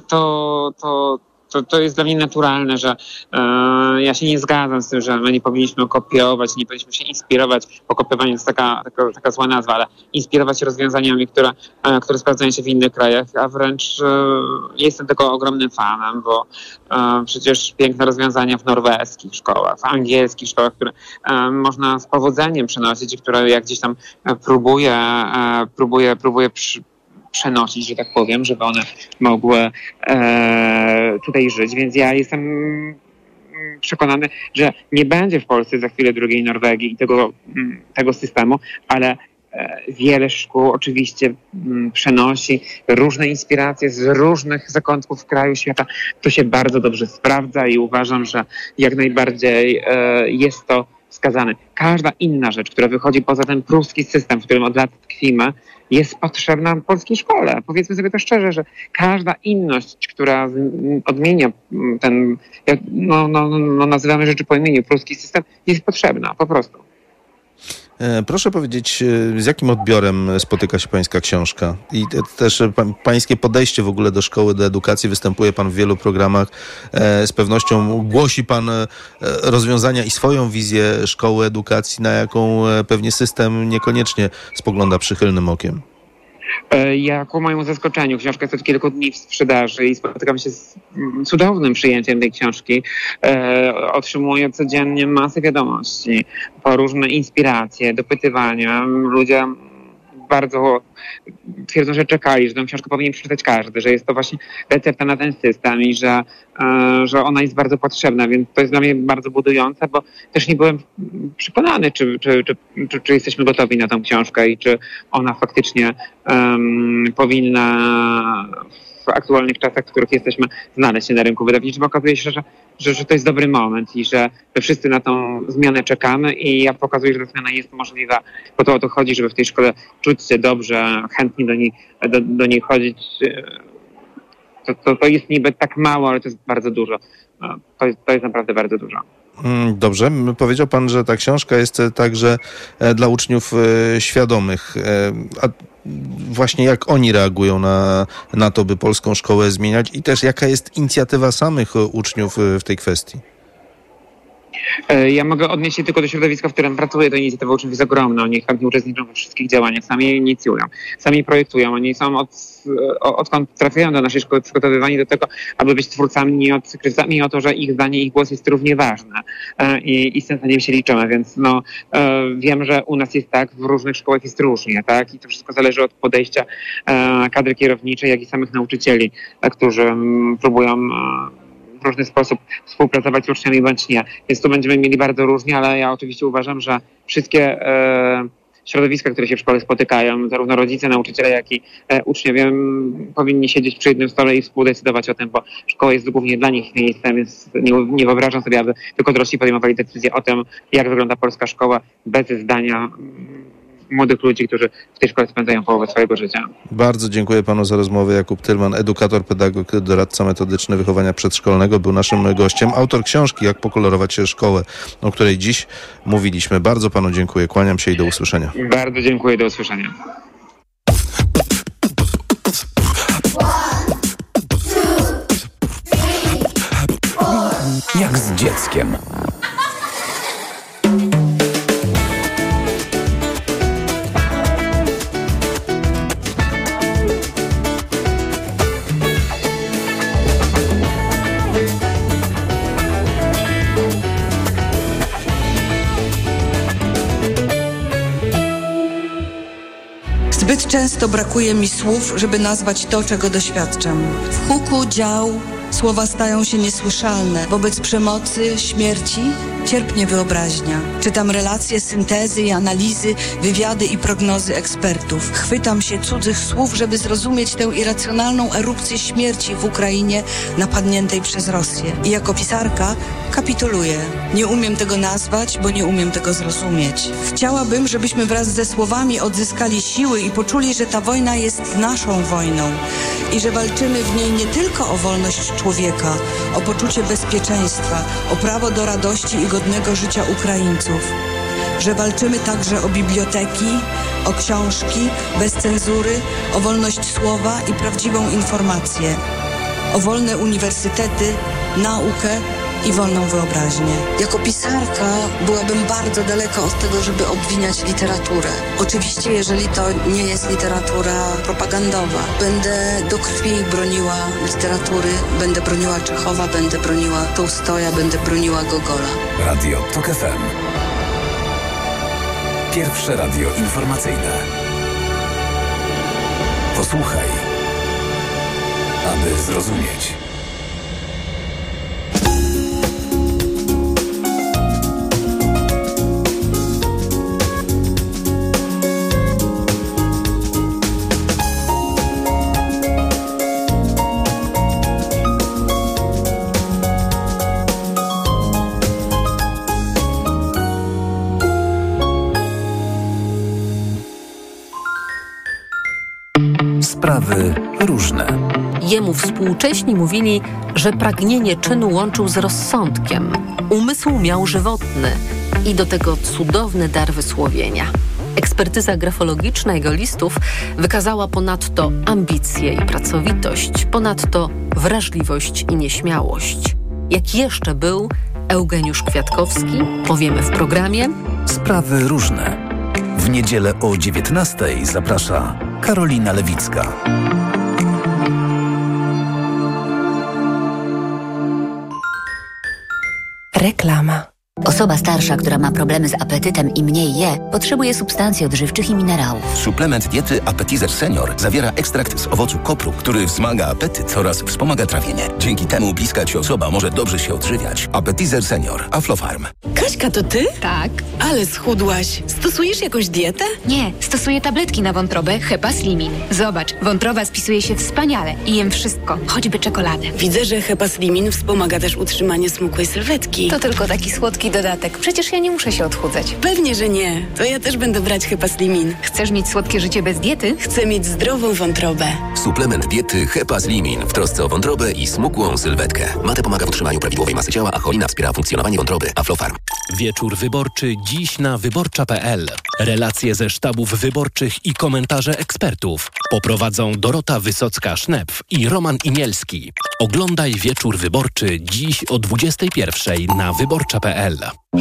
to jest dla mnie naturalne, że ja się nie zgadzam z tym, że my nie powinniśmy kopiować, nie powinniśmy się inspirować, bo kopiowanie jest taka zła nazwa, ale inspirować się rozwiązaniami, które sprawdzają się w innych krajach, a wręcz jestem tego ogromnym fanem, bo przecież piękne rozwiązania w norweskich szkołach, w angielskich szkołach, które można z powodzeniem przenosić i które jak gdzieś tam próbuje przenosić, że tak powiem, żeby one mogły tutaj żyć. Więc ja jestem przekonany, że nie będzie w Polsce za chwilę drugiej Norwegii i tego systemu, ale wiele szkół oczywiście przenosi różne inspiracje z różnych zakątków kraju, świata. To się bardzo dobrze sprawdza i uważam, że jak najbardziej jest to wskazane. Każda inna rzecz, która wychodzi poza ten pruski system, w którym od lat tkwimy, jest potrzebna polskiej szkole. Powiedzmy sobie to szczerze, że każda inność, która odmienia ten, nazywamy rzeczy po imieniu, pruski system, jest potrzebna, po prostu. Proszę powiedzieć, z jakim odbiorem spotyka się pańska książka? I też pańskie podejście w ogóle do szkoły, do edukacji. Występuje pan w wielu programach. Z pewnością głosi pan rozwiązania i swoją wizję szkoły, edukacji, na jaką pewnie system niekoniecznie spogląda przychylnym okiem. Ja ku mojemu zaskoczeniu, książka jest od kilku dni w sprzedaży i spotykam się z cudownym przyjęciem tej książki. Otrzymuję codziennie masę wiadomości, po różne inspiracje, dopytywania. Ludzie bardzo twierdzą, że czekali, że tę książkę powinien przeczytać każdy, że jest to właśnie recepta na ten system i że ona jest bardzo potrzebna, więc to jest dla mnie bardzo budujące, bo też nie byłem przekonany, czy jesteśmy gotowi na tę książkę i czy ona faktycznie powinna w aktualnych czasach, w których jesteśmy, znaleźć się na rynku wydawniczym. Okazuje się, że to jest dobry moment i że my wszyscy na tą zmianę czekamy i ja pokazuję, że ta zmiana jest możliwa, bo to o to chodzi, żeby w tej szkole czuć się dobrze, chętnie do niej chodzić. To jest niby tak mało, ale to jest bardzo dużo. To jest naprawdę bardzo dużo. Dobrze. Powiedział pan, że ta książka jest także dla uczniów świadomych. A właśnie jak oni reagują na to, by polską szkołę zmieniać i też jaka jest inicjatywa samych uczniów w tej kwestii? Ja mogę odnieść się tylko do środowiska, w którym pracuję. To inicjatywa uczniów jest ogromna. Oni chętnie uczestniczą we wszystkich działaniach, sami je inicjują, sami projektują. Oni są odkąd trafiają do naszej szkoły przygotowywani do tego, aby być twórcami, nie odkrycami o to, że ich zdanie, ich głos jest równie ważne i z tym zdaniem się liczymy. Więc wiem, że u nas jest tak, w różnych szkołach jest różnie, tak? I to wszystko zależy od podejścia kadry kierowniczej, jak i samych nauczycieli, którzy próbują w różny sposób współpracować z uczniami bądź nie. Więc tu będziemy mieli bardzo różnie, ale ja oczywiście uważam, że wszystkie środowiska, które się w szkole spotykają, zarówno rodzice, nauczyciele, jak i uczniowie powinni siedzieć przy jednym stole i współdecydować o tym, bo szkoła jest głównie dla nich miejscem, więc nie wyobrażam sobie, aby tylko dorośli podejmowali decyzję o tym, jak wygląda polska szkoła bez zdania młodych ludzi, którzy w tej szkole spędzają połowę swojego życia. Bardzo dziękuję panu za rozmowę. Jakub Tylman, edukator, pedagog, doradca metodyczny wychowania przedszkolnego, był naszym gościem. Autor książki Jak pokolorować szkołę, o której dziś mówiliśmy. Bardzo panu dziękuję. Kłaniam się i do usłyszenia. Bardzo dziękuję. Do usłyszenia. Jak z dzieckiem. Zbyt często brakuje mi słów, żeby nazwać to, czego doświadczam. W huku dział słowa stają się niesłyszalne. Wobec przemocy, śmierci cierpnie wyobraźnia. Czytam relacje, syntezy i analizy, wywiady i prognozy ekspertów. Chwytam się cudzych słów, żeby zrozumieć tę irracjonalną erupcję śmierci w Ukrainie napadniętej przez Rosję. I jako pisarka kapituluję. Nie umiem tego nazwać, bo nie umiem tego zrozumieć. Chciałabym, żebyśmy wraz ze słowami odzyskali siły i poczuli, że ta wojna jest naszą wojną i że walczymy w niej nie tylko o wolność człowieka, o poczucie bezpieczeństwa, o prawo do radości i godnego życia Ukraińców. Że walczymy także o biblioteki, o książki, bez cenzury, o wolność słowa i prawdziwą informację, o wolne uniwersytety, naukę i wolną wyobraźnię. Jako pisarka byłabym bardzo daleko od tego, żeby obwiniać literaturę. Oczywiście, jeżeli to nie jest literatura propagandowa. Będę do krwi broniła literatury, będę broniła Czechowa, będę broniła Tołstoja, będę broniła Gogola. Radio TOK FM. Pierwsze radio informacyjne. Posłuchaj, aby zrozumieć. Sprawy różne. Jemu współcześni mówili, że pragnienie czynu łączył z rozsądkiem. Umysł miał żywotny i do tego cudowny dar wysłowienia. Ekspertyza grafologiczna jego listów wykazała ponadto ambicję i pracowitość, ponadto wrażliwość i nieśmiałość. Jak jeszcze był Eugeniusz Kwiatkowski, powiemy w programie Sprawy różne. W niedzielę o 19:00 zaprasza Karolina Lewicka. reklama. Osoba starsza, która ma problemy z apetytem i mniej je, potrzebuje substancji odżywczych i minerałów. Suplement diety Appetizer Senior zawiera ekstrakt z owocu kopru, który wzmaga apetyt oraz wspomaga trawienie. Dzięki temu bliska ci osoba może dobrze się odżywiać. Appetizer Senior. Aflofarm. Kaśka, to ty? Tak. Ale schudłaś. Stosujesz jakąś dietę? Nie, stosuję tabletki na wątrobę Hepaslimin. Zobacz, wątroba spisuje się wspaniale i jem wszystko, choćby czekoladę. Widzę, że Hepaslimin wspomaga też utrzymanie smukłej sylwetki. To tylko taki słodki dodatek. Przecież ja nie muszę się odchudzać. Pewnie, że nie. To ja też będę brać Hepaslimin. Chcesz mieć słodkie życie bez diety? Chcę mieć zdrową wątrobę. Suplement diety Hepaslimin w trosce o wątrobę i smukłą sylwetkę. Mate pomaga w utrzymaniu prawidłowej masy ciała, a cholina wspiera funkcjonowanie wątroby. Aflofarm. Wieczór wyborczy dziś na wyborcza.pl. Relacje ze sztabów wyborczych i komentarze ekspertów poprowadzą Dorota Wysocka-Sznepf i Roman Imielski. Oglądaj Wieczór wyborczy dziś o 21:00 na wyborcza.pl.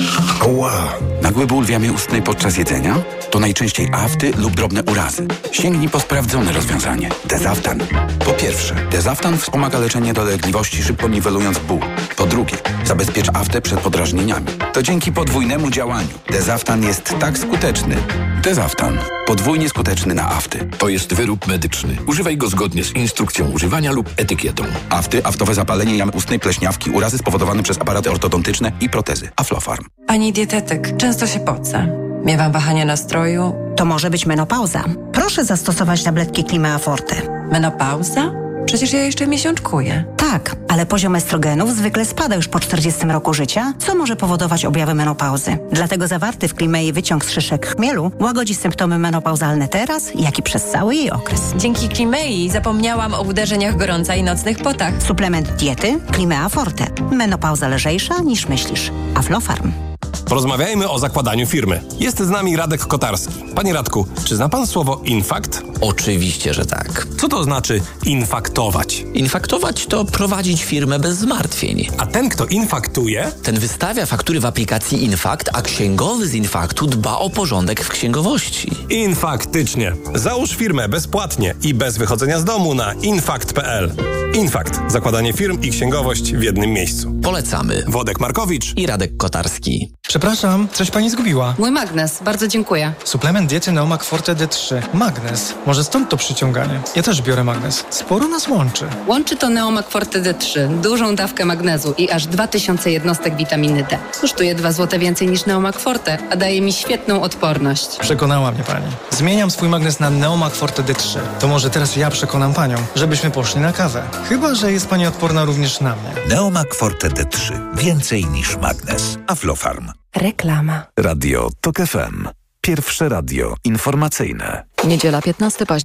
Ała! Nagły ból w jamie ustnej podczas jedzenia? To najczęściej afty lub drobne urazy. Sięgnij po sprawdzone rozwiązanie. Dezaftan. Po pierwsze, Dezaftan wspomaga leczenie dolegliwości, szybko niwelując ból. Po drugie, zabezpiecz aftę przed podrażnieniami. To dzięki podwójnemu działaniu. Dezaftan jest tak skuteczny. Dezaftan. Podwójnie skuteczny na afty. To jest wyrób medyczny. Używaj go zgodnie z instrukcją używania lub etykietą. Afty, aftowe zapalenie jamy ustnej, pleśniawki, urazy spowodowane przez aparaty ortodontyczne i protezy. Aflofarm. Pani dietetyk, często się pocę. Miewam wahania nastroju. To może być menopauza. Proszę zastosować tabletki Climea Forte. Menopauza? Przecież ja jeszcze miesiączkuję. Tak, ale poziom estrogenów zwykle spada już po 40 roku życia, co może powodować objawy menopauzy. Dlatego zawarty w Climei wyciąg z szyszek chmielu łagodzi symptomy menopauzalne teraz, jak i przez cały jej okres. Dzięki Climei zapomniałam o uderzeniach gorąca i nocnych potach. Suplement diety Climea Forte. Menopauza lżejsza niż myślisz. Aflofarm. Porozmawiajmy o zakładaniu firmy. Jest z nami Radek Kotarski. Panie Radku, czy zna pan słowo infakt? Oczywiście, że tak. Co to znaczy infaktować? Infaktować to prowadzić firmę bez zmartwień. A ten, kto infaktuje? Ten wystawia faktury w aplikacji Infakt, a księgowy z Infaktu dba o porządek w księgowości. Infaktycznie. Załóż firmę bezpłatnie i bez wychodzenia z domu na infakt.pl. Infakt. Zakładanie firm i księgowość w jednym miejscu. Polecamy. Wodek Markowicz i Radek Kotarski. Przepraszam, coś pani zgubiła. Mój magnes, bardzo dziękuję. Suplement diety Neomak Forte D3. Magnes. Może stąd to przyciąganie. Ja też biorę magnes. Sporo nas łączy. Łączy to Neomak Forte D3, dużą dawkę magnezu i aż 2000 jednostek witaminy D. Kosztuje 2 zł więcej niż Neomak Forte, a daje mi świetną odporność. Przekonała mnie pani. Zmieniam swój magnes na Neomak Forte D3. To może teraz ja przekonam panią, żebyśmy poszli na kawę. Chyba że jest pani odporna również na mnie. Neomak Forte D3. Więcej niż magnes. Aflofarm. Reklama. Radio TOK FM. Pierwsze radio informacyjne. Niedziela 15 października.